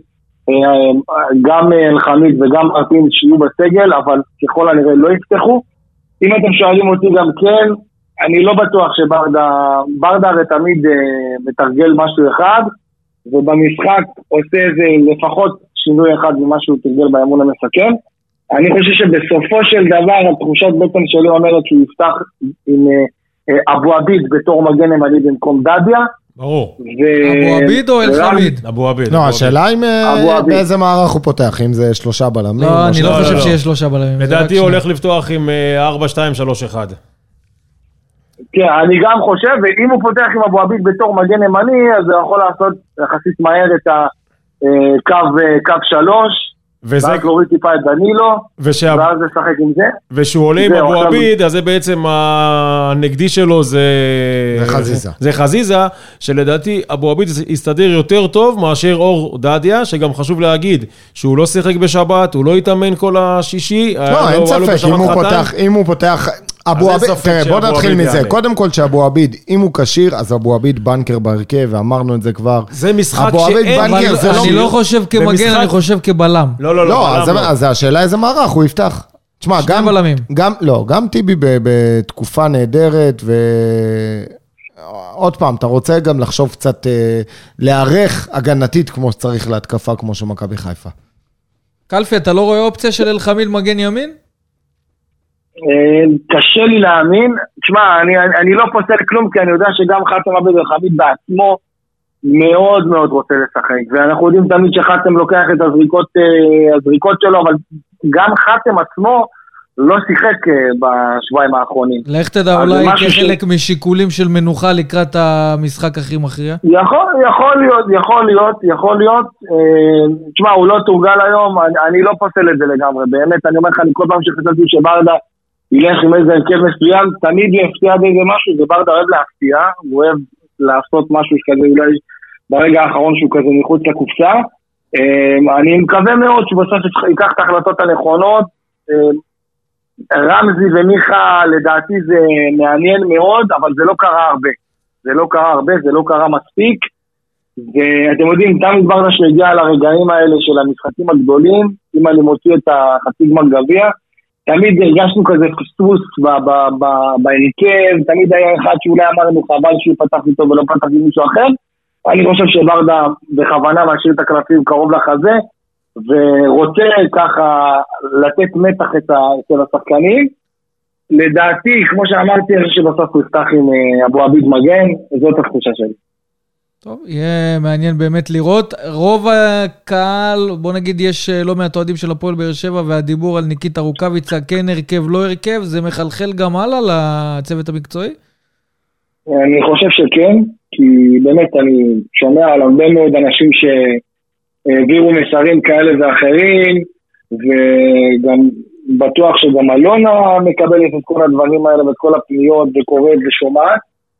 גם אל חמיד וגם מרטינש יהיו בסגל, אבל ככל הנראה לא יפתחו. אם אתם שואלים אותי גם כן, אני לא בטוח שברדה הרי תמיד מתרגל משהו אחד, ובמשחק עושה איזה לפחות שינוי אחד ממה שהוא תרגל באימון המסכם. אני חושב שבסופו של דבר התחושת בטן שלי אומרת שהוא יפתח עם אבו עביד בתור מגן ימני במקום דדיה. ברור. אבו עביד או אל חמיד? אבו עביד. לא, השאלה אם באיזה מערך הוא פותח, אם זה 3 בלמים. לא, אני לא חושב שיש 3 בלמים. לדעתי הוא הולך לפתוח עם 4-2-3-1. כן, אני גם חושב, ואם הוא פותח עם אבו עביד בתור מגן ימני, אז הוא יכול לעשות יחסית מהר את הקו 3, ואז להוריד טיפה את דנילו, ואז לשחק עם זה. ושהוא עולה עם אבו עביד, אז זה בעצם הנגדי שלו, זה חזיזה. זה חזיזה, שלדעתי אבו עביד יסתדר יותר טוב מאשר אור דדיה, שגם חשוב להגיד שהוא לא שיחק בשבת, הוא לא יתאמן כל השישי. לא, אין ספק, אם הוא פותח... בוא נתחיל מזה, קודם כל שאבו עביד, אם הוא כשיר, אז אבו עביד בנקר בהרכב, ואמרנו את זה כבר. זה משחק שאין, אני לא חושב כמגן, אני חושב כבלם. לא, אז השאלה איזה מערך הוא יפתח. תשמע, גם טיבי בתקופה נהדרת, ועוד פעם, אתה רוצה גם לחשוב קצת, להערך הגנתית כמו שצריך להתקפה, כמו שמכבי חיפה. קלפי, אתה לא רואה אופציה של אל חמיד מגן ימין? קשה לי להאמין. תשמע, אני לא פוסל כלום, כי אני יודע שגם חתם עבד אל חמיד בעצמו מאוד מאוד רוצה לשחק, ואנחנו יודעים תמיד שחתם לוקח את הזריקות שלו, אבל גם חתם עצמו לא שיחק בשבועיים האחרונים. לך תדע, אולי כחלק משיקולים של מנוחה לקראת המשחק הכי מכריע? יכול להיות. תשמע, הוא לא תורגל היום, אני לא פוסל את זה לגמרי, באמת, אני אומר לך, אני כל פעם שחשבתי שברדה ילך עם איזה הרכב מסוים, תמיד יפתיע באיזה משהו, וברדה אוהב להפתיע, הוא אוהב לעשות משהו שכזה אולי ברגע האחרון שהוא כזה מחוץ לקופסה. אני מקווה מאוד שבסוף ייקח את ההחלטות הנכונות. רמזי ומיכה לדעתי זה מעניין מאוד, אבל זה לא קרה הרבה. זה לא קרה מספיק. ואתם יודעים, תמיד ברדש שהגיע לרגעים האלה של המשחקים הגדולים, אם אני מוציא את החצי גמר גביע, תמיד הרגשנו כזה פספוס בהרכב, תמיד היה אחד שאולי אמרנו חבל שהוא פתח איתו ולא פתח עם מישהו אחר. אני חושב שברדה בכוונה משאיר את הקלפים קרוב לחזה, ורוצה ככה לתת מתח אצל השחקנים. לדעתי, כמו שאמרתי, אני חושב שבסוף הוא יפתח עם אבו עביד מגן, זאת התחושה שלי. טוב, יהיה מעניין באמת לראות. רוב הקהל, בוא נגיד, יש לא מעט אוהדים של הפועל באר שבע, והדיבור על ניקיטה רוקאביצה, כן הרכב, לא הרכב, זה מחלחל גם הלאה לצוות המקצועי? אני חושב שכן, כי באמת אני שומע על הרבה מאוד אנשים שהעבירו מסרים כאלה ואחרים, וגם בטוח שגם אלונה מקבלת את כל הדברים האלה ואת כל הפניות וקוראת ושומעת.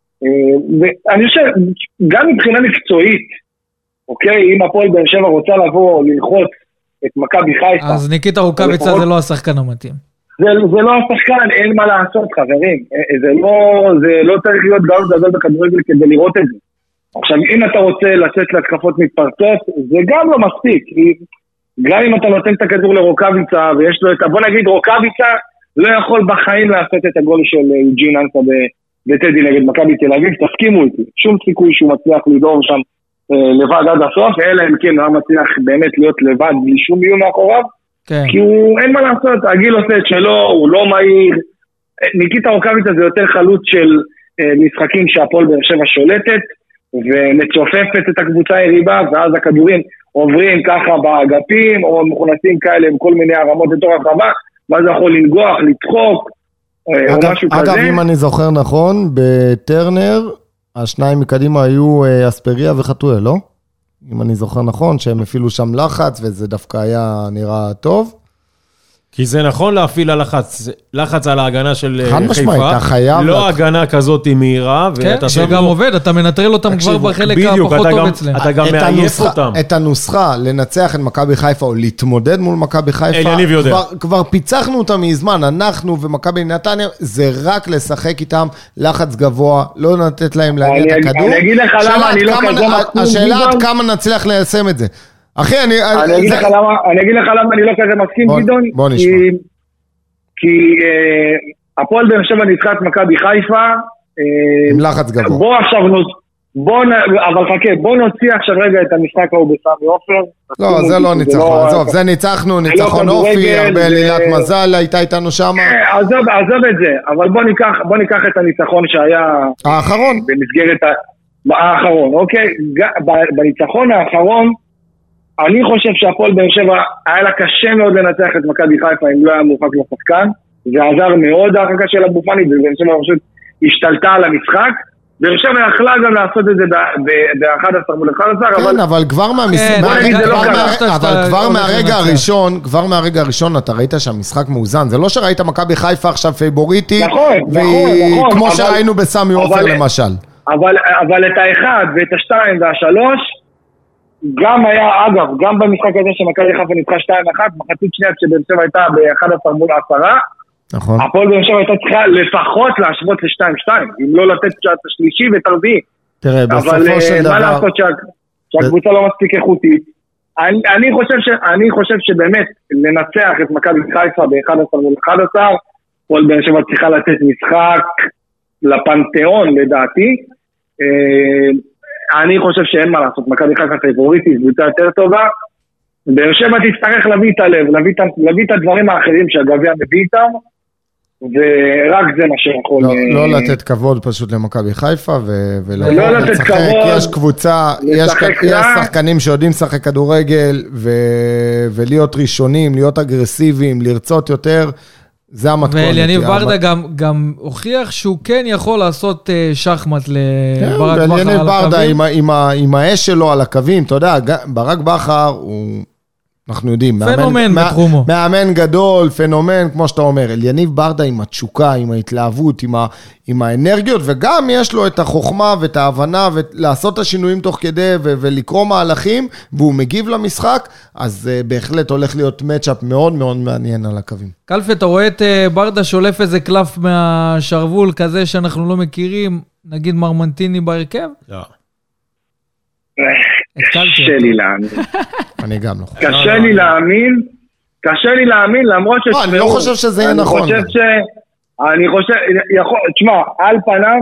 ואני חושב, גם מבחינה מקצועית, אוקיי, אם הפועל באר שבע רוצה לבוא ללחוץ את מכבי חיפה, אז ניקיטה רוקאביצה זה לא השחקן המתאים. זה לא השחקן, אין מה לעשות חברים, זה לא צריך להיות גאון גדול בכדורגל כדי לראות את זה. עכשיו אם אתה רוצה לצאת להתקפות מתפרצות, זה גם לא מספיק, גם אם אתה נותן את הכדור לרוקאביצה ויש לו בוא נגיד רוקאביצה לא יכול בחיים לעשות את הגול של יוג'ין אנסה בטדי נגד מכבי תל אביב, תסכימו איתי, שום סיכוי שהוא מצליח לדור שם לבד עד הסוף, אלא אם כן הוא מצליח באמת להיות לבד בלי שום איום מאחוריו, כן. כי הוא, אין מה לעשות, הגיל עושה את שלו, הוא לא מהיר, ניקיטה רוקאביצה זה יותר חלוץ של משחקים שהפועל באר שבע שולטת, ומצופפת את הקבוצה היריבה, ואז הכדורים עוברים ככה באגפים, או מכונסים כאלה עם כל מיני הרמות לתוך הרחבה, ואז יכול לנגוח, לדחוק, אגב, אם אני זוכר נכון, בטרנר, השניים מקדימה היו אספריה וחתואל, לא? אם אני זוכר נכון, שהם אפילו שם לחץ, וזה דווקא היה נראה טוב. כי זה נכון להפעיל לחץ על ההגנה של חיפה, לא הגנה כזאת מהירה, כן, שגם עובד, אתה מנטרל אותם כבר בחלק הפחות טוב אצלם. אתה גם מעייף אותם. את הנוסחה לנצח את מכבי חיפה, או להתמודד מול מכבי חיפה, כבר פיצחנו אותם מזמן, אנחנו ומכבי נתניה, זה רק לשחק איתם לחץ גבוה, לא לתת להם להגיע את הכדור. אני אגיד לך למה אני לא כזה מסכים. השאלה עד כמה נצליח ליישם את זה. אחי, אני אגיד לך למה אני לא כזה מסכים, גדעון. בוא נשמע. כי הפועל באר שבע ניצחה את מכבי חיפה. עם לחץ גבוה. בוא עכשיו, אבל חכה, בוא נוציא עכשיו רגע את המשחק ההוא בסמי עופר. לא, זה לא ניצחון, עזוב, זה ניצחנו, ניצחון אופי, הרבה לילת מזל הייתה איתנו שם. עזוב את זה, אבל בוא ניקח את הניצחון שהיה... האחרון. במסגרת האחרון, אוקיי? בניצחון האחרון, אני חושב שהפועל באר שבע היה לה קשה מאוד לנצח את מכבי חיפה אם לא היה מורחק לשחקן, זה עזר מאוד ההרחקה של אבו פאני, ובאר שבע פשוט השתלטה על המשחק, באר שבע יכלה גם לעשות את זה ב-11 מול 11, כן, אבל כבר מהרגע הראשון אתה ראית שהמשחק מאוזן, זה לא שראית מכבי חיפה עכשיו פייבוריטי, כמו שראינו בסמי עופר למשל. אבל את האחד ואת השתיים והשלוש, גם היה, אגב, גם במשחק הזה שמכבי חיפה ניצחה 2-1, מחצית שנייה כשבאר שבע הייתה ב-11 מול 10, נכון. הפועל באר שבע הייתה צריכה לפחות להשוות ל-2-2, אם לא לתת את השלישי ואת הרביעי. תראה, בסופו של דבר... אבל מה לעשות שהקבוצה לא מספיק איכותית. אני חושב שבאמת לנצח את מכבי חיפה ב-11 מול 11, הפועל באר שבע צריכה לתת משחק לפנתיאון לדעתי, אני חושב שאין מה לעשות, מכבי חיפה פייבוריטית, קבוצה יותר טובה, באר שבע תצטרך להביא את הלב, להביא את הדברים האחרים שהגביע מביא איתם, ורק זה מה שיכול... לא לתת כבוד פשוט למכבי חיפה, לא לתת כבוד, יש קבוצה, יש שחקנים שיודעים לשחק כדורגל, ולהיות ראשונים, להיות אגרסיביים, לרצות יותר, זה המתכונת. ואליניב ברדה גם הוכיח שהוא כן יכול לעשות שחמט לברק בכר. ואליניב ברדה עם האש שלו על הקווים, אתה יודע, ברק בכר הוא אנחנו יודעים. פנומן בתחומו. מאמן גדול, פנומן, כמו שאתה אומר, אליניב ברדה עם התשוקה, עם ההתלהבות, עם האנרגיות, וגם יש לו את החוכמה ואת ההבנה, ולעשות את השינויים תוך כדי, ולקרוא מהלכים, והוא מגיב למשחק, אז בהחלט הולך להיות מצ'אפ מאוד מאוד מעניין על הקווים. קלפי, אתה רואה את ברדה שולף איזה קלף מהשרוול כזה שאנחנו לא מכירים, נגיד מרמנטיני בהרכב? לא. קשה לי להאמין. אני גם לא. קשה לי להאמין, למרות ש... אני לא חושב שזה יהיה נכון. אני חושב, תשמע, על פניו,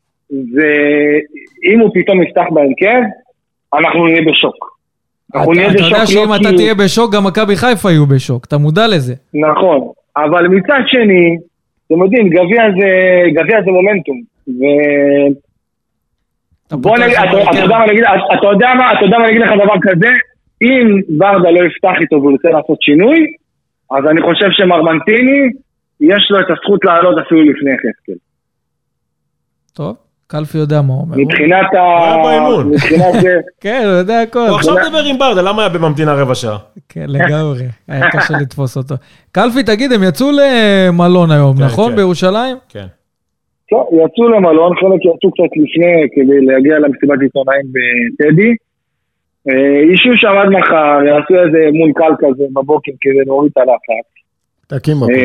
אם הוא פתאום יפתח בהרכב, אנחנו נהיה בשוק. אתה יודע שאם אתה תהיה בשוק, גם מכבי חיפה יהיו בשוק, אתה מודע לזה. נכון, אבל מצד שני, אתם יודעים, גביע זה מומנטום, אתה יודע מה אני אגיד לך דבר כזה, אם ברדה לא יפתח איתו והוא רוצה לעשות שינוי, אז אני חושב שמרמנטיני יש לו את הזכות לעלות אפילו לפני חסקל. טוב, קלפי יודע מה הוא אומר. מבחינת זה... כן, הוא יודע הכל. הוא עכשיו דבר עם ברדה, למה היה בממתינה רבע שעה? כן, לגמרי, היה קשה לתפוס אותו. קלפי, תגיד, הם יצאו למלון היום, נכון? בירושלים? כן. טוב, יצאו למלון, חלק יצאו קצת לפני כדי להגיע למסיבת עיתונאים בטדי. אישו שעמד מחר, יעשו איזה מון קל כזה בבוקר כדי להוריד את הלחץ. תקים בבוקר.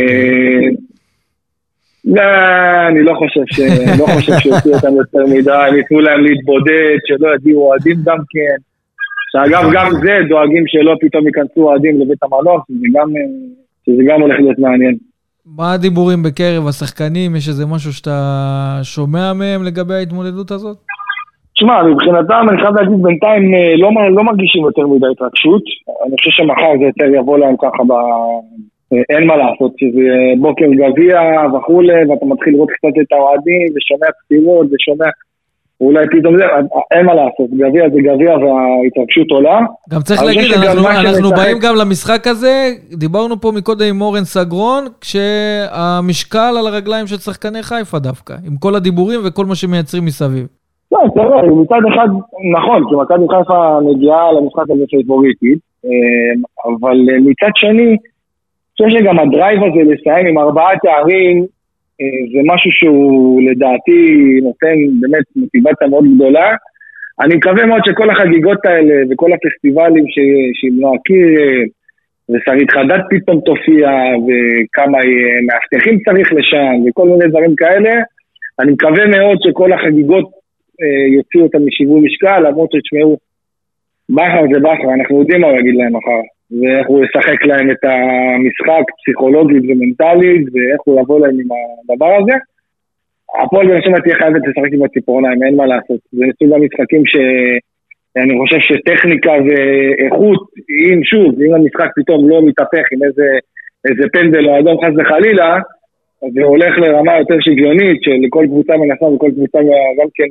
לא, אני לא חושב שיוצאו אותם יותר מדי, הם יתנו להם להתבודד, שלא ידיעו אוהדים גם כן. שאגב, גם זה דואגים שלא פתאום ייכנסו אוהדים לבית המלון, שזה גם הולך להיות מעניין. מה הדיבורים בקרב השחקנים? יש איזה משהו שאתה שומע מהם לגבי ההתמודדות הזאת? תשמע, מבחינתם אני חייב להגיד בינתיים לא מרגישים יותר מדי התרגשות. אני חושב שמחר זה יותר יבוא להם ככה אין מה לעשות, שזה בוקר גביע וכולי, ואתה מתחיל לראות קצת את האוהדים, ושומע פסירות, ושומע אולי פתאום זה, אין מה לעשות, גביע זה גביע וההתרגשות עולה. גם צריך להגיד, אנחנו באים גם למשחק הזה, דיברנו פה מקודם עם אורן סגרון, כשהמשקל על הרגליים של שחקני חיפה דווקא, עם כל הדיבורים וכל מה שמייצרים מסביב. לא, תראה, מצד אחד, נכון, כי מכבי חיפה מגיעה למשחק הזה פייבוריטית, אבל מצד שני, אני חושב שגם הדרייב הזה לסיים עם 4 תארים, זה משהו שהוא לדעתי נותן באמת מוטיבציה מאוד גדולה. אני מקווה מאוד שכל החגיגות האלה וכל הפסטיבלים שמנועקיר, ושרית חדד פתאום תופיע, וכמה מאבטחים צריך לשם, וכל מיני דברים כאלה, אני מקווה מאוד שכל החגיגות יוציאו אותם משיווי משקל, למרות שתשמעו, בחר זה בחר, אנחנו יודעים מה הוא יגיד להם מחר. ואיך הוא ישחק להם את המשחק פסיכולוגית ומנטלית, ואיך הוא יבוא להם עם הדבר הזה. הפועל באר שבע תהיה חייבת לשחק עם הציפורניים, אין מה לעשות. זה סוג המשחקים שאני חושב שטכניקה ואיכות, אם המשחק פתאום לא מתהפך עם איזה פנדל או אדום חס וחלילה, אז זה הולך לרמה יותר שוויונית, שלכל קבוצה מנסה וכל קבוצה גם כן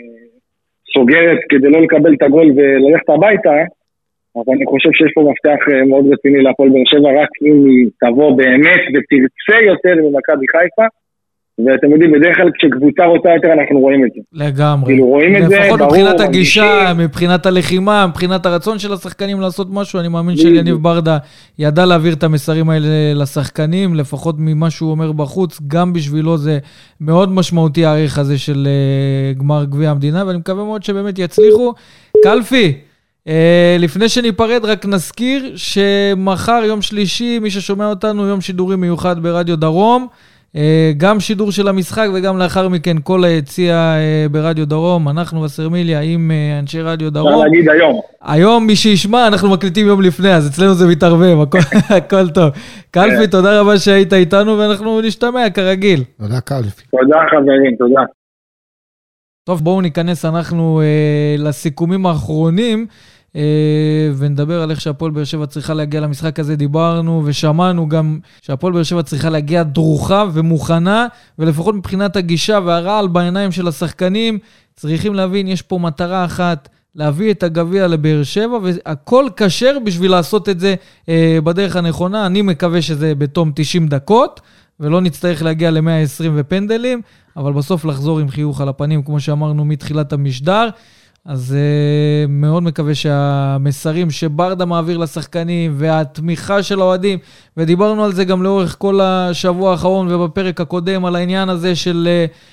סוגרת כדי לא לקבל את הגול וללכת הביתה, אז אני חושב שיש פה מפתח מאוד רציני להפועל באר שבע, רק אם היא תבוא באמת ותרצה יותר ממכבי חיפה, ואתם יודעים, בדרך כלל כשקבוצה רוצה יותר אנחנו רואים את זה. לגמרי. כאילו רואים את זה, לפחות מבחינת הגישה, מבחינת הלחימה, מבחינת הרצון של השחקנים לעשות משהו, אני מאמין שאליניב ברדה ידע להעביר את המסרים האלה לשחקנים, לפחות ממה שהוא אומר בחוץ, גם בשבילו זה מאוד משמעותי העריך הזה של גמר גביע המדינה, ואני מקווה מאוד שבאמת יצליחו. קלפי, לפני שניפרד רק נזכיר שמחר יום שלישי, מי ששומע אותנו, יום שידורי מיוחד ברדיו דרום, גם שידור של המשחק וגם לאחר מכן כל היציאה ברדיו דרום, אנחנו וסרמיליה עם אנשי רדיו דרום. אפשר להגיד היום. היום מי שישמע, אנחנו מקליטים יום לפני, אז אצלנו זה מתערבב, הכל טוב. קלפי, תודה רבה שהיית איתנו ואנחנו נשתמע כרגיל. תודה קלפי. תודה חברים, תודה. טוב, בואו ניכנס אנחנו לסיכומים האחרונים, ונדבר על איך שהפועל באר שבע צריכה להגיע למשחק הזה. דיברנו ושמענו גם שהפועל באר שבע צריכה להגיע דרוכה ומוכנה, ולפחות מבחינת הגישה והרעל בעיניים של השחקנים, צריכים להבין, יש פה מטרה אחת, להביא את הגביע לבאר שבע, והכל קשר בשביל לעשות את זה בדרך הנכונה. אני מקווה שזה בתום 90 דקות, ולא נצטרך להגיע ל-120 ופנדלים, אבל בסוף לחזור עם חיוך על הפנים, כמו שאמרנו מתחילת המשדר. אז מאוד מקווה שהמסרים שברדה מעביר לשחקנים והתמיכה של האוהדים, ודיברנו על זה גם לאורך כל השבוע האחרון ובפרק הקודם, על העניין הזה של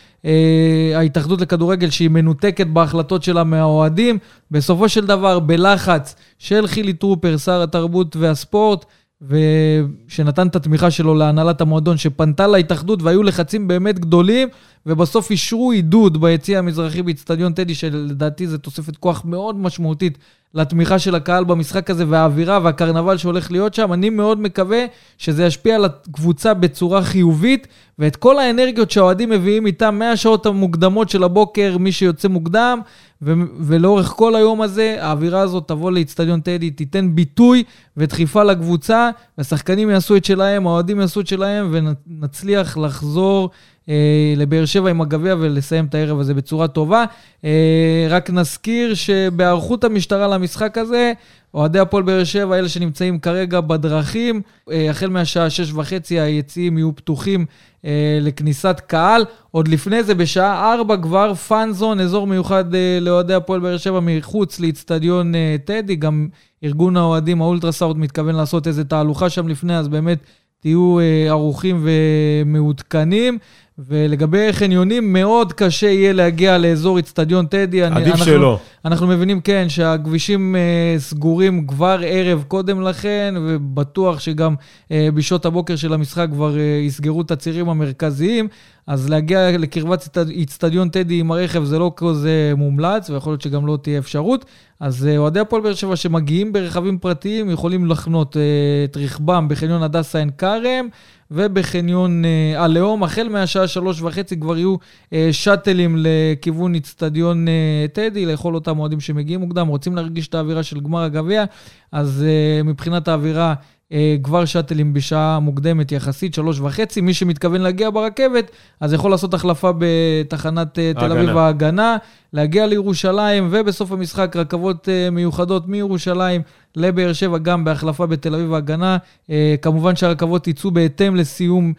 ההתאחדות לכדורגל שהיא מנותקת בהחלטות שלה מהאוהדים, בסופו של דבר בלחץ של חילי טרופר, שר התרבות והספורט, ושנתן את התמיכה שלו להנהלת המועדון, שפנתה להתאחדות והיו לחצים באמת גדולים, ובסוף אישרו עידוד ביציע המזרחי באצטדיון טדי, שלדעתי זה תוספת כוח מאוד משמעותית לתמיכה של הקהל במשחק הזה, והאווירה והקרנבל שהולך להיות שם. אני מאוד מקווה שזה ישפיע על הקבוצה בצורה חיובית, ואת כל האנרגיות שהאוהדים מביאים איתם מהשעות המוקדמות של הבוקר, מי שיוצא מוקדם, ולאורך כל היום הזה, האווירה הזאת תבוא לאצטדיון טדי, תיתן ביטוי ודחיפה לקבוצה, והשחקנים יעשו את שלהם, האוהדים יעשו את שלהם, ונצליח לחזור לבאר שבע עם הגביע ולסיים את הערב הזה בצורה טובה. רק נזכיר שבערכות המשטרה למשחק הזה, אוהדי הפועל באר שבע, אלה שנמצאים כרגע בדרכים, החל מהשעה 6:30 היציאים יהיו פתוחים לכניסת קהל. עוד לפני זה, בשעה 4 כבר פאנזון, אזור מיוחד לאוהדי הפועל באר שבע מחוץ לאצטדיון טדי. גם ארגון האוהדים האולטרסאונד מתכוון לעשות איזה תהלוכה שם לפני, אז באמת תהיו ערוכים ומעודכנים. ולגבי חניונים, מאוד קשה יהיה להגיע לאזור אצטדיון טדי. עדיף שלא. אנחנו מבינים, כן, שהכבישים סגורים כבר ערב קודם לכן, ובטוח שגם בשעות הבוקר של המשחק כבר יסגרו את הצירים המרכזיים, אז להגיע לקרבת אצטדיון טדי עם הרכב זה לא כזה מומלץ, ויכול להיות שגם לא תהיה אפשרות. אז אוהדי הפועל באר שבע שמגיעים ברכבים פרטיים יכולים לחנות את רכבם בחניון הדסה עין כרם, ובחניון הלאום, החל מהשעה 3:30 כבר יהיו שטלים לכיוון אצטדיון טדי, לכל אותם אוהדים שמגיעים מוקדם, רוצים להרגיש את האווירה של גמר הגביע, אז מבחינת האווירה כבר שטלים בשעה מוקדמת יחסית, 3:30, מי שמתכוון להגיע ברכבת, אז יכול לעשות החלפה בתחנת תל אביב ההגנה, להגיע לירושלים, ובסוף המשחק רכבות מיוחדות מירושלים לבאר שבע, גם בהחלפה בתל אביב ההגנה. כמובן שהרכבות יצאו בהתאם לסיום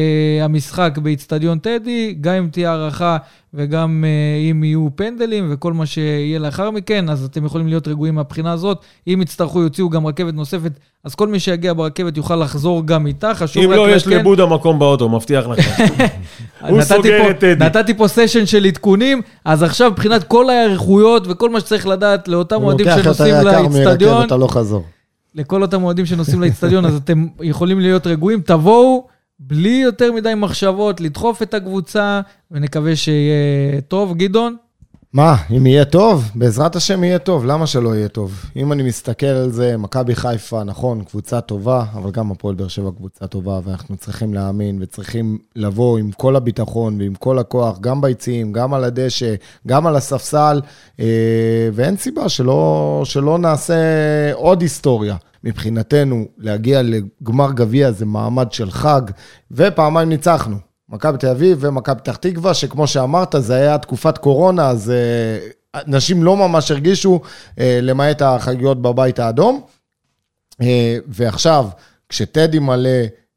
המשחק באצטדיון טדי, גם אם תהיה הערכה וגם אם יהיו פנדלים וכל מה שיהיה לאחר מכן, אז אתם יכולים להיות רגועים מהבחינה הזאת. אם יצטרכו יוציאו גם רכבת נוספת, אז כל מי שיגיע ברכבת יוכל לחזור גם איתה. אם לא, יש לבוד המקום באוטו, מבטיח לכם. הוא סוגר את טדי. נתתי פה סשן של עדכונים, אז עכשיו מבחינת כל הערכויות וכל מה שצריך לדעת לאותם מועדים שנוסעים לאצטדיון, לכל אותם מועדים שנוסעים לאצטדיון, אז אתם יכולים להיות רגועים. תבואו בלי יותר מדי מחשבות, לדחוף את הקבוצה, ונקווה שיהיה טוב. גדעון? מה, אם יהיה טוב? בעזרת השם יהיה טוב, למה שלא יהיה טוב? אם אני מסתכל על זה, מכבי חיפה, נכון, קבוצה טובה, אבל גם הפועל באר שבע קבוצה טובה, ואנחנו צריכים להאמין, וצריכים לבוא עם כל הביטחון, ועם כל הכוח, גם ביציעים, גם על הדשא, גם על הספסל, ואין סיבה שלא נעשה עוד היסטוריה. מבחינתנו, להגיע לגמר גביע זה מעמד של חג, ופעמיים ניצחנו. מכבי תל אביב ומכבי פתח תקווה, שכמו שאמרת, זה היה תקופת קורונה, אז אנשים לא ממש הרגישו, למעט החגיגות בבית האדום. ועכשיו, כשטדי מלא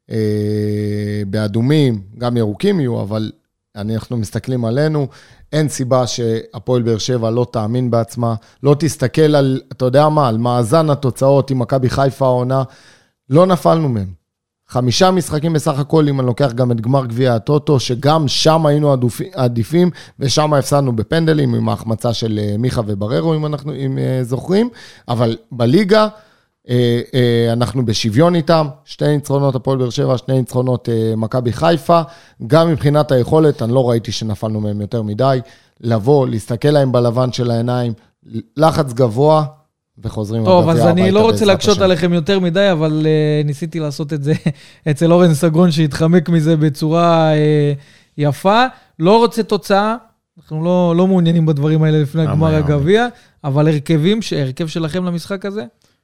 באדומים, גם ירוקים יהיו, אבל אנחנו מסתכלים עלינו, אין סיבה שהפועל באר שבע לא תאמין בעצמה, לא תסתכל על, אתה יודע מה, על מאזן התוצאות עם מכבי חיפה העונה, לא נפלנו מהם. 5 משחקים בסך הכל, אם אני לוקח גם את גמר גביע הטוטו, שגם שם היינו עדיפים, ושם הפסדנו בפנדלים, עם ההחמצה של מיכה ובררו, אם אנחנו זוכרים, אבל בליגה, אנחנו בשוויון איתם, 2 ניצחונות הפועל באר שבע, 2 ניצחונות מכבי חיפה, גם מבחינת היכולת, אני לא ראיתי שנפלנו מהם יותר מדי, לבוא, להסתכל להם בלבן של העיניים, לחץ גבוה, וחוזרים. טוב, אז אני לא רוצה להקשות עליכם יותר מדי, אבל ניסיתי לעשות את זה אצל אורן סגרון, שהתחמק מזה בצורה יפה. לא רוצה תוצאה, אנחנו לא מעוניינים בדברים האלה לפני גמר הגביע, אבל הרכב שלכם למשחק הזה?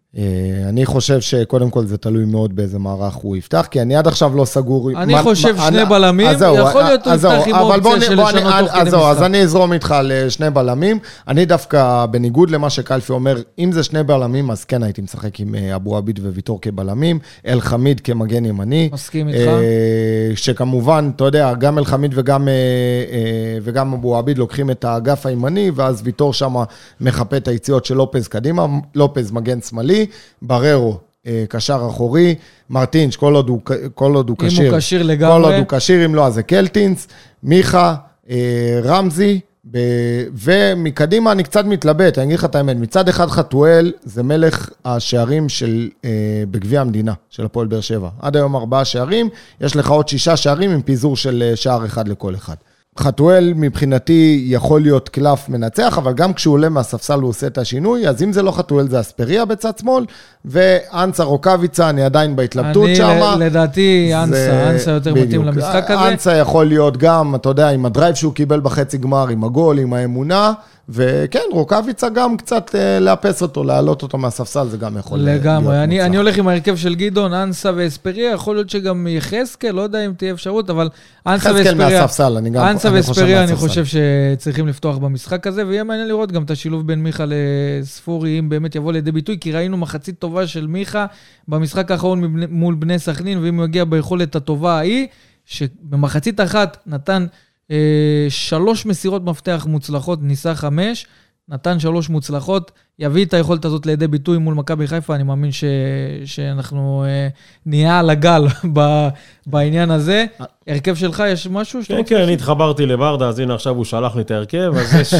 אני חושב שקודם כל זה תלוי מאוד באיזה מערך הוא יפתח, כי אני עד עכשיו לא סגור. אני חושב שני בלמים, יכול להיות הוא יפתח עם אופציה של לשנות תוך כדי משחק. אז אני אזרום איתך לשני בלמים. אני דווקא, בניגוד למה שקלפי אומר, אם זה שני בלמים, אז כן הייתי משחק עם אבו עביד וויטור כבלמים, אל חמיד כמגן ימני. מסכים איתך. שכמובן, אתה יודע, גם אל חמיד וגם אבו עביד לוקחים את האגף הימני, ואז ויטור שם מחפה את היציאות של לופז קדימה, לופז מגן שמאלי, בררו, קשר אחורי, מרטינש, כל עוד הוא קשיר. אם הוא קשיר לגמרי. כל עוד הוא קשיר, אם לא, אז זה קלטינס, מיכה, רמזי, ומקדימה אני קצת מתלבט, אני אגיד לך את האמת, מצד אחד חתואל, זה מלך השערים של, בגביע המדינה, של הפועל באר שבע. עד היום 4 שערים, יש לך עוד 6 שערים עם פיזור של שער אחד לכל אחד. חתואל מבחינתי יכול להיות קלף מנצח, אבל גם כשהוא עולה מהספסל הוא עושה את השינוי, אז אם זה לא חתואל זה אספריה בצד שמאל, ואנסה רוקביצה, אני עדיין בהתלבטות שם. לדעתי אנסה יותר מתאים למשחק הזה. אנסה יכול להיות גם, אתה יודע, עם הדרייב שהוא קיבל בחצי גמר, עם הגול, עם האמונה, וכן, רוקביצה גם קצת לאפס אותו, להעלות אותו מהספסל, זה גם יכול להיות מוצלח. לגמרי, אני הולך עם ההרכב של גידון, אנסה ואספריה, יכול להיות שגם יחזקאל, לא יודע אם תהיה אפשרות, אבל אנסה ואספריה, אני חושב שצריכים לפתוח במשחק הזה, ויהיה מעניין לראות גם את השילוב בין מיכה לספורי, אם באמת יבוא לידי ביטוי, כי ראינו מחצית טובה של מיכה במשחק האחרון מול בני סכנין, ואם הוא יגיע ביכולת הטובה ההיא, שבמחצית אחת נתן 3 מסירות מפתח מוצלחות, ניסה 5, נתן 3 מוצלחות, יביא את היכולת הזאת לידי ביטוי מול מכבי חיפה, אני מאמין שאנחנו נהיה על הגל בעניין הזה. הרכב שלך, יש משהו? כן, כן, אני התחברתי לברדה, אז הנה עכשיו הוא שלח לי את ההרכב, אז יש...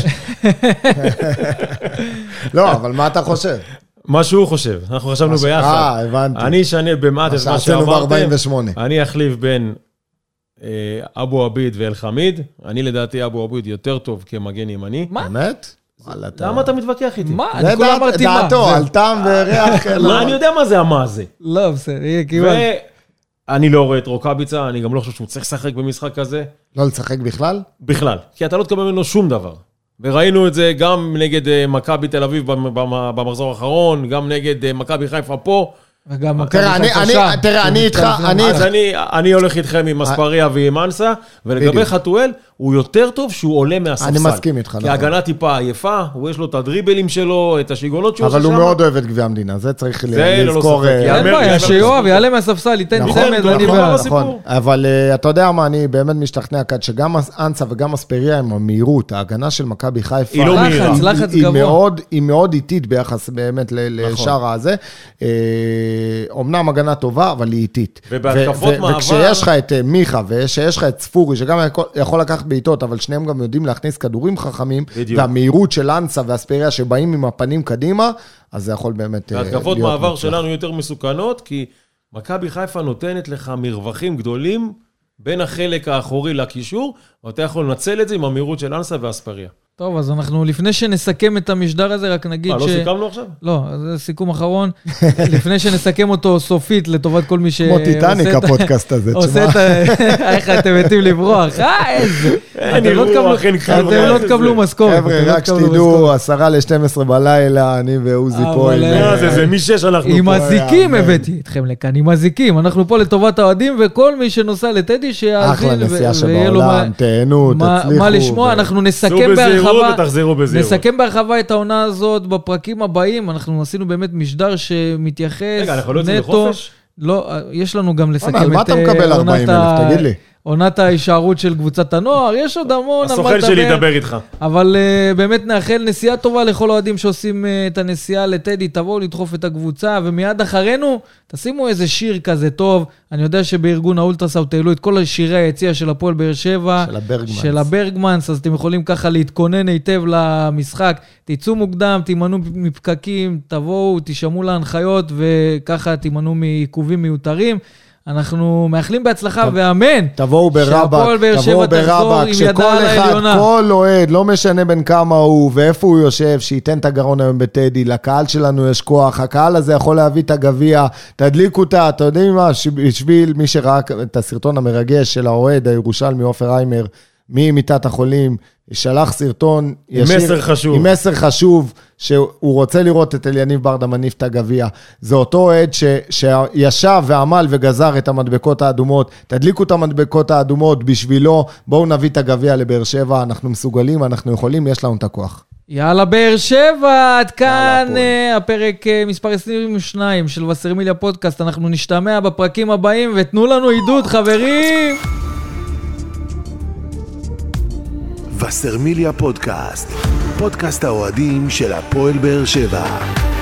לא, אבל מה אתה חושב? מה שהוא חושב, אנחנו חשבנו ביחד. הבנתי. אני אשנה במעט את מה שעברתם, ב-48. אני אחליף בין אבו עביד ואל חמיד, אני לדעתי אבו עביד יותר טוב כמגן ימני. מה? באמת? למה אתה מתווכח איתי? מה? אני כולה אמרתי מה. דעתו, על טעם וריח. לא, אני יודע מה זה המה הזה. לא, בסדר, יהיה כיוון. ואני לא רואה את רוקביצה, אני גם לא חושב שהוא צריך לשחק במשחק הזה. לא לשחק בכלל? בכלל, כי אתה לא תקבל ממנו שום דבר. וראינו את זה גם נגד מכבי תל אביב במחזור האחרון, גם נגד מכבי חיפה פה. וגם תראה, אני איתך, אז אני הולך איתכם עם אספריה ועם אנסה, ולגבי חתואל, הוא יותר טוב שהוא עולה מהספסל. אני מסכים איתך. כי ההגנה טיפה עייפה, הוא יש לו את הדריבלים שלו, את השיגונות שהוא עושה שם. אבל הוא מאוד אוהב את גביע המדינה, זה צריך לזכור. אין בעיה, שיואב יעלה מהספסל, ייתן צמד, אני בעד. אבל אתה יודע מה, אני באמת משתכנע כאן, שגם אנסה וגם אספריה עם המהירות, ההגנה של מכבי חיפה, היא לא מהירה. היא מאוד איטית ביחס באמת לשאר הזה. אומנם הגנה טובה, אבל היא איטית. ובהתקפות מעבר... וכשיש לך את מיכה, וכשיש לך את ספורי, שגם יכול לקחת בעיטות, אבל שניהם גם יודעים להכניס כדורים חכמים, והמהירות של אנסה והספריה שבאים עם הפנים קדימה, אז זה יכול באמת להיות... והתקפות מעבר שלנו יותר מסוכנות, כי מכבי חיפה נותנת לך מרווחים גדולים, בין החלק האחורי לקישור, ואתה יכול לנצל את זה עם המהירות של אנסה והספריה. טוב, אז אנחנו, לפני שנסכם את המשדר הזה, רק נגיד לא סיכמנו עכשיו? לא, זה סיכום אחרון. לפני שנסכם אותו סופית לטובת כל מי כמו טיטניק הפודקאסט הזה. עושה את איך אתם מתים לברוח. איזה. אתם לא תקבלו משכורת. חבר'ה, רק שתדעו, 11:50 בלילה, אני ועוזי פה. זה מ-6 אנחנו פה. עם הזיקים הבאתי אתכם לכאן, עם הזיקים. אנחנו פה לטובת האוהדים, וכל מי שנוסע לטדי, אחלה נסיעה שבעולם, תהנו, תצליחו. מה לשמוע, אנחנו נסכם ותחזרו בזהירות. נסכם בהרחבה את העונה הזאת בפרקים הבאים, אנחנו עשינו באמת משדר שמתייחס נטו. רגע, אנחנו לא יוצאים לחופש? לא, יש לנו גם לסכם את... מה אתה מקבל 40,000, תגיד לי. עונת ההישארות של קבוצת הנוער, יש עוד המון... הסוכן שלי ידבר איתך. אבל באמת נאחל נסיעה טובה לכל האוהדים שעושים את הנסיעה לטדי, תבואו לדחוף את הקבוצה, ומיד אחרינו תשימו איזה שיר כזה טוב. אני יודע שבארגון האולטרסאוט תעלו את כל שירי היציאה של הפועל באר שבע, של הברגמנס, אז אתם יכולים ככה להתכונן היטב למשחק, תצאו מוקדם, תימנעו מפקקים, תבואו, תשמעו להנחיות, וככה תימנעו מעיכובים מיותרים. אנחנו מאחלים בהצלחה ואמן. תבואו ברבק, שכל אחד, כל אוהד, לא משנה בין כמה הוא ואיפה הוא יושב, שייתן את הגרון היום בטדי, לקהל שלנו יש כוח, הקהל הזה יכול להביא את הגביע, תדליקו אותה, אתה יודעים מה, בשביל מי שראה את הסרטון המרגש של האוהד הירושלמי עופר איימר, ממיטת החולים, שלח סרטון ישיר, מסר חשוב. עם מסר חשוב, שהוא רוצה לראות את אליניב ברדה מניף את הגביע. זה אותו אוהד שישב ועמל וגזר את המדבקות האדומות, תדליקו את המדבקות האדומות בשבילו, בואו נביא את הגביע לבאר שבע, אנחנו מסוגלים, אנחנו יכולים, יש לנו את הכוח. יאללה באר שבע, עד כאן הפרק מספר 22 של וסרמיליה פודקאסט, אנחנו נשתמע בפרקים הבאים ותנו לנו עידוד חברים. וסרמיליה פודקאסט, פודקאסט האוהדים של הפועל באר שבע.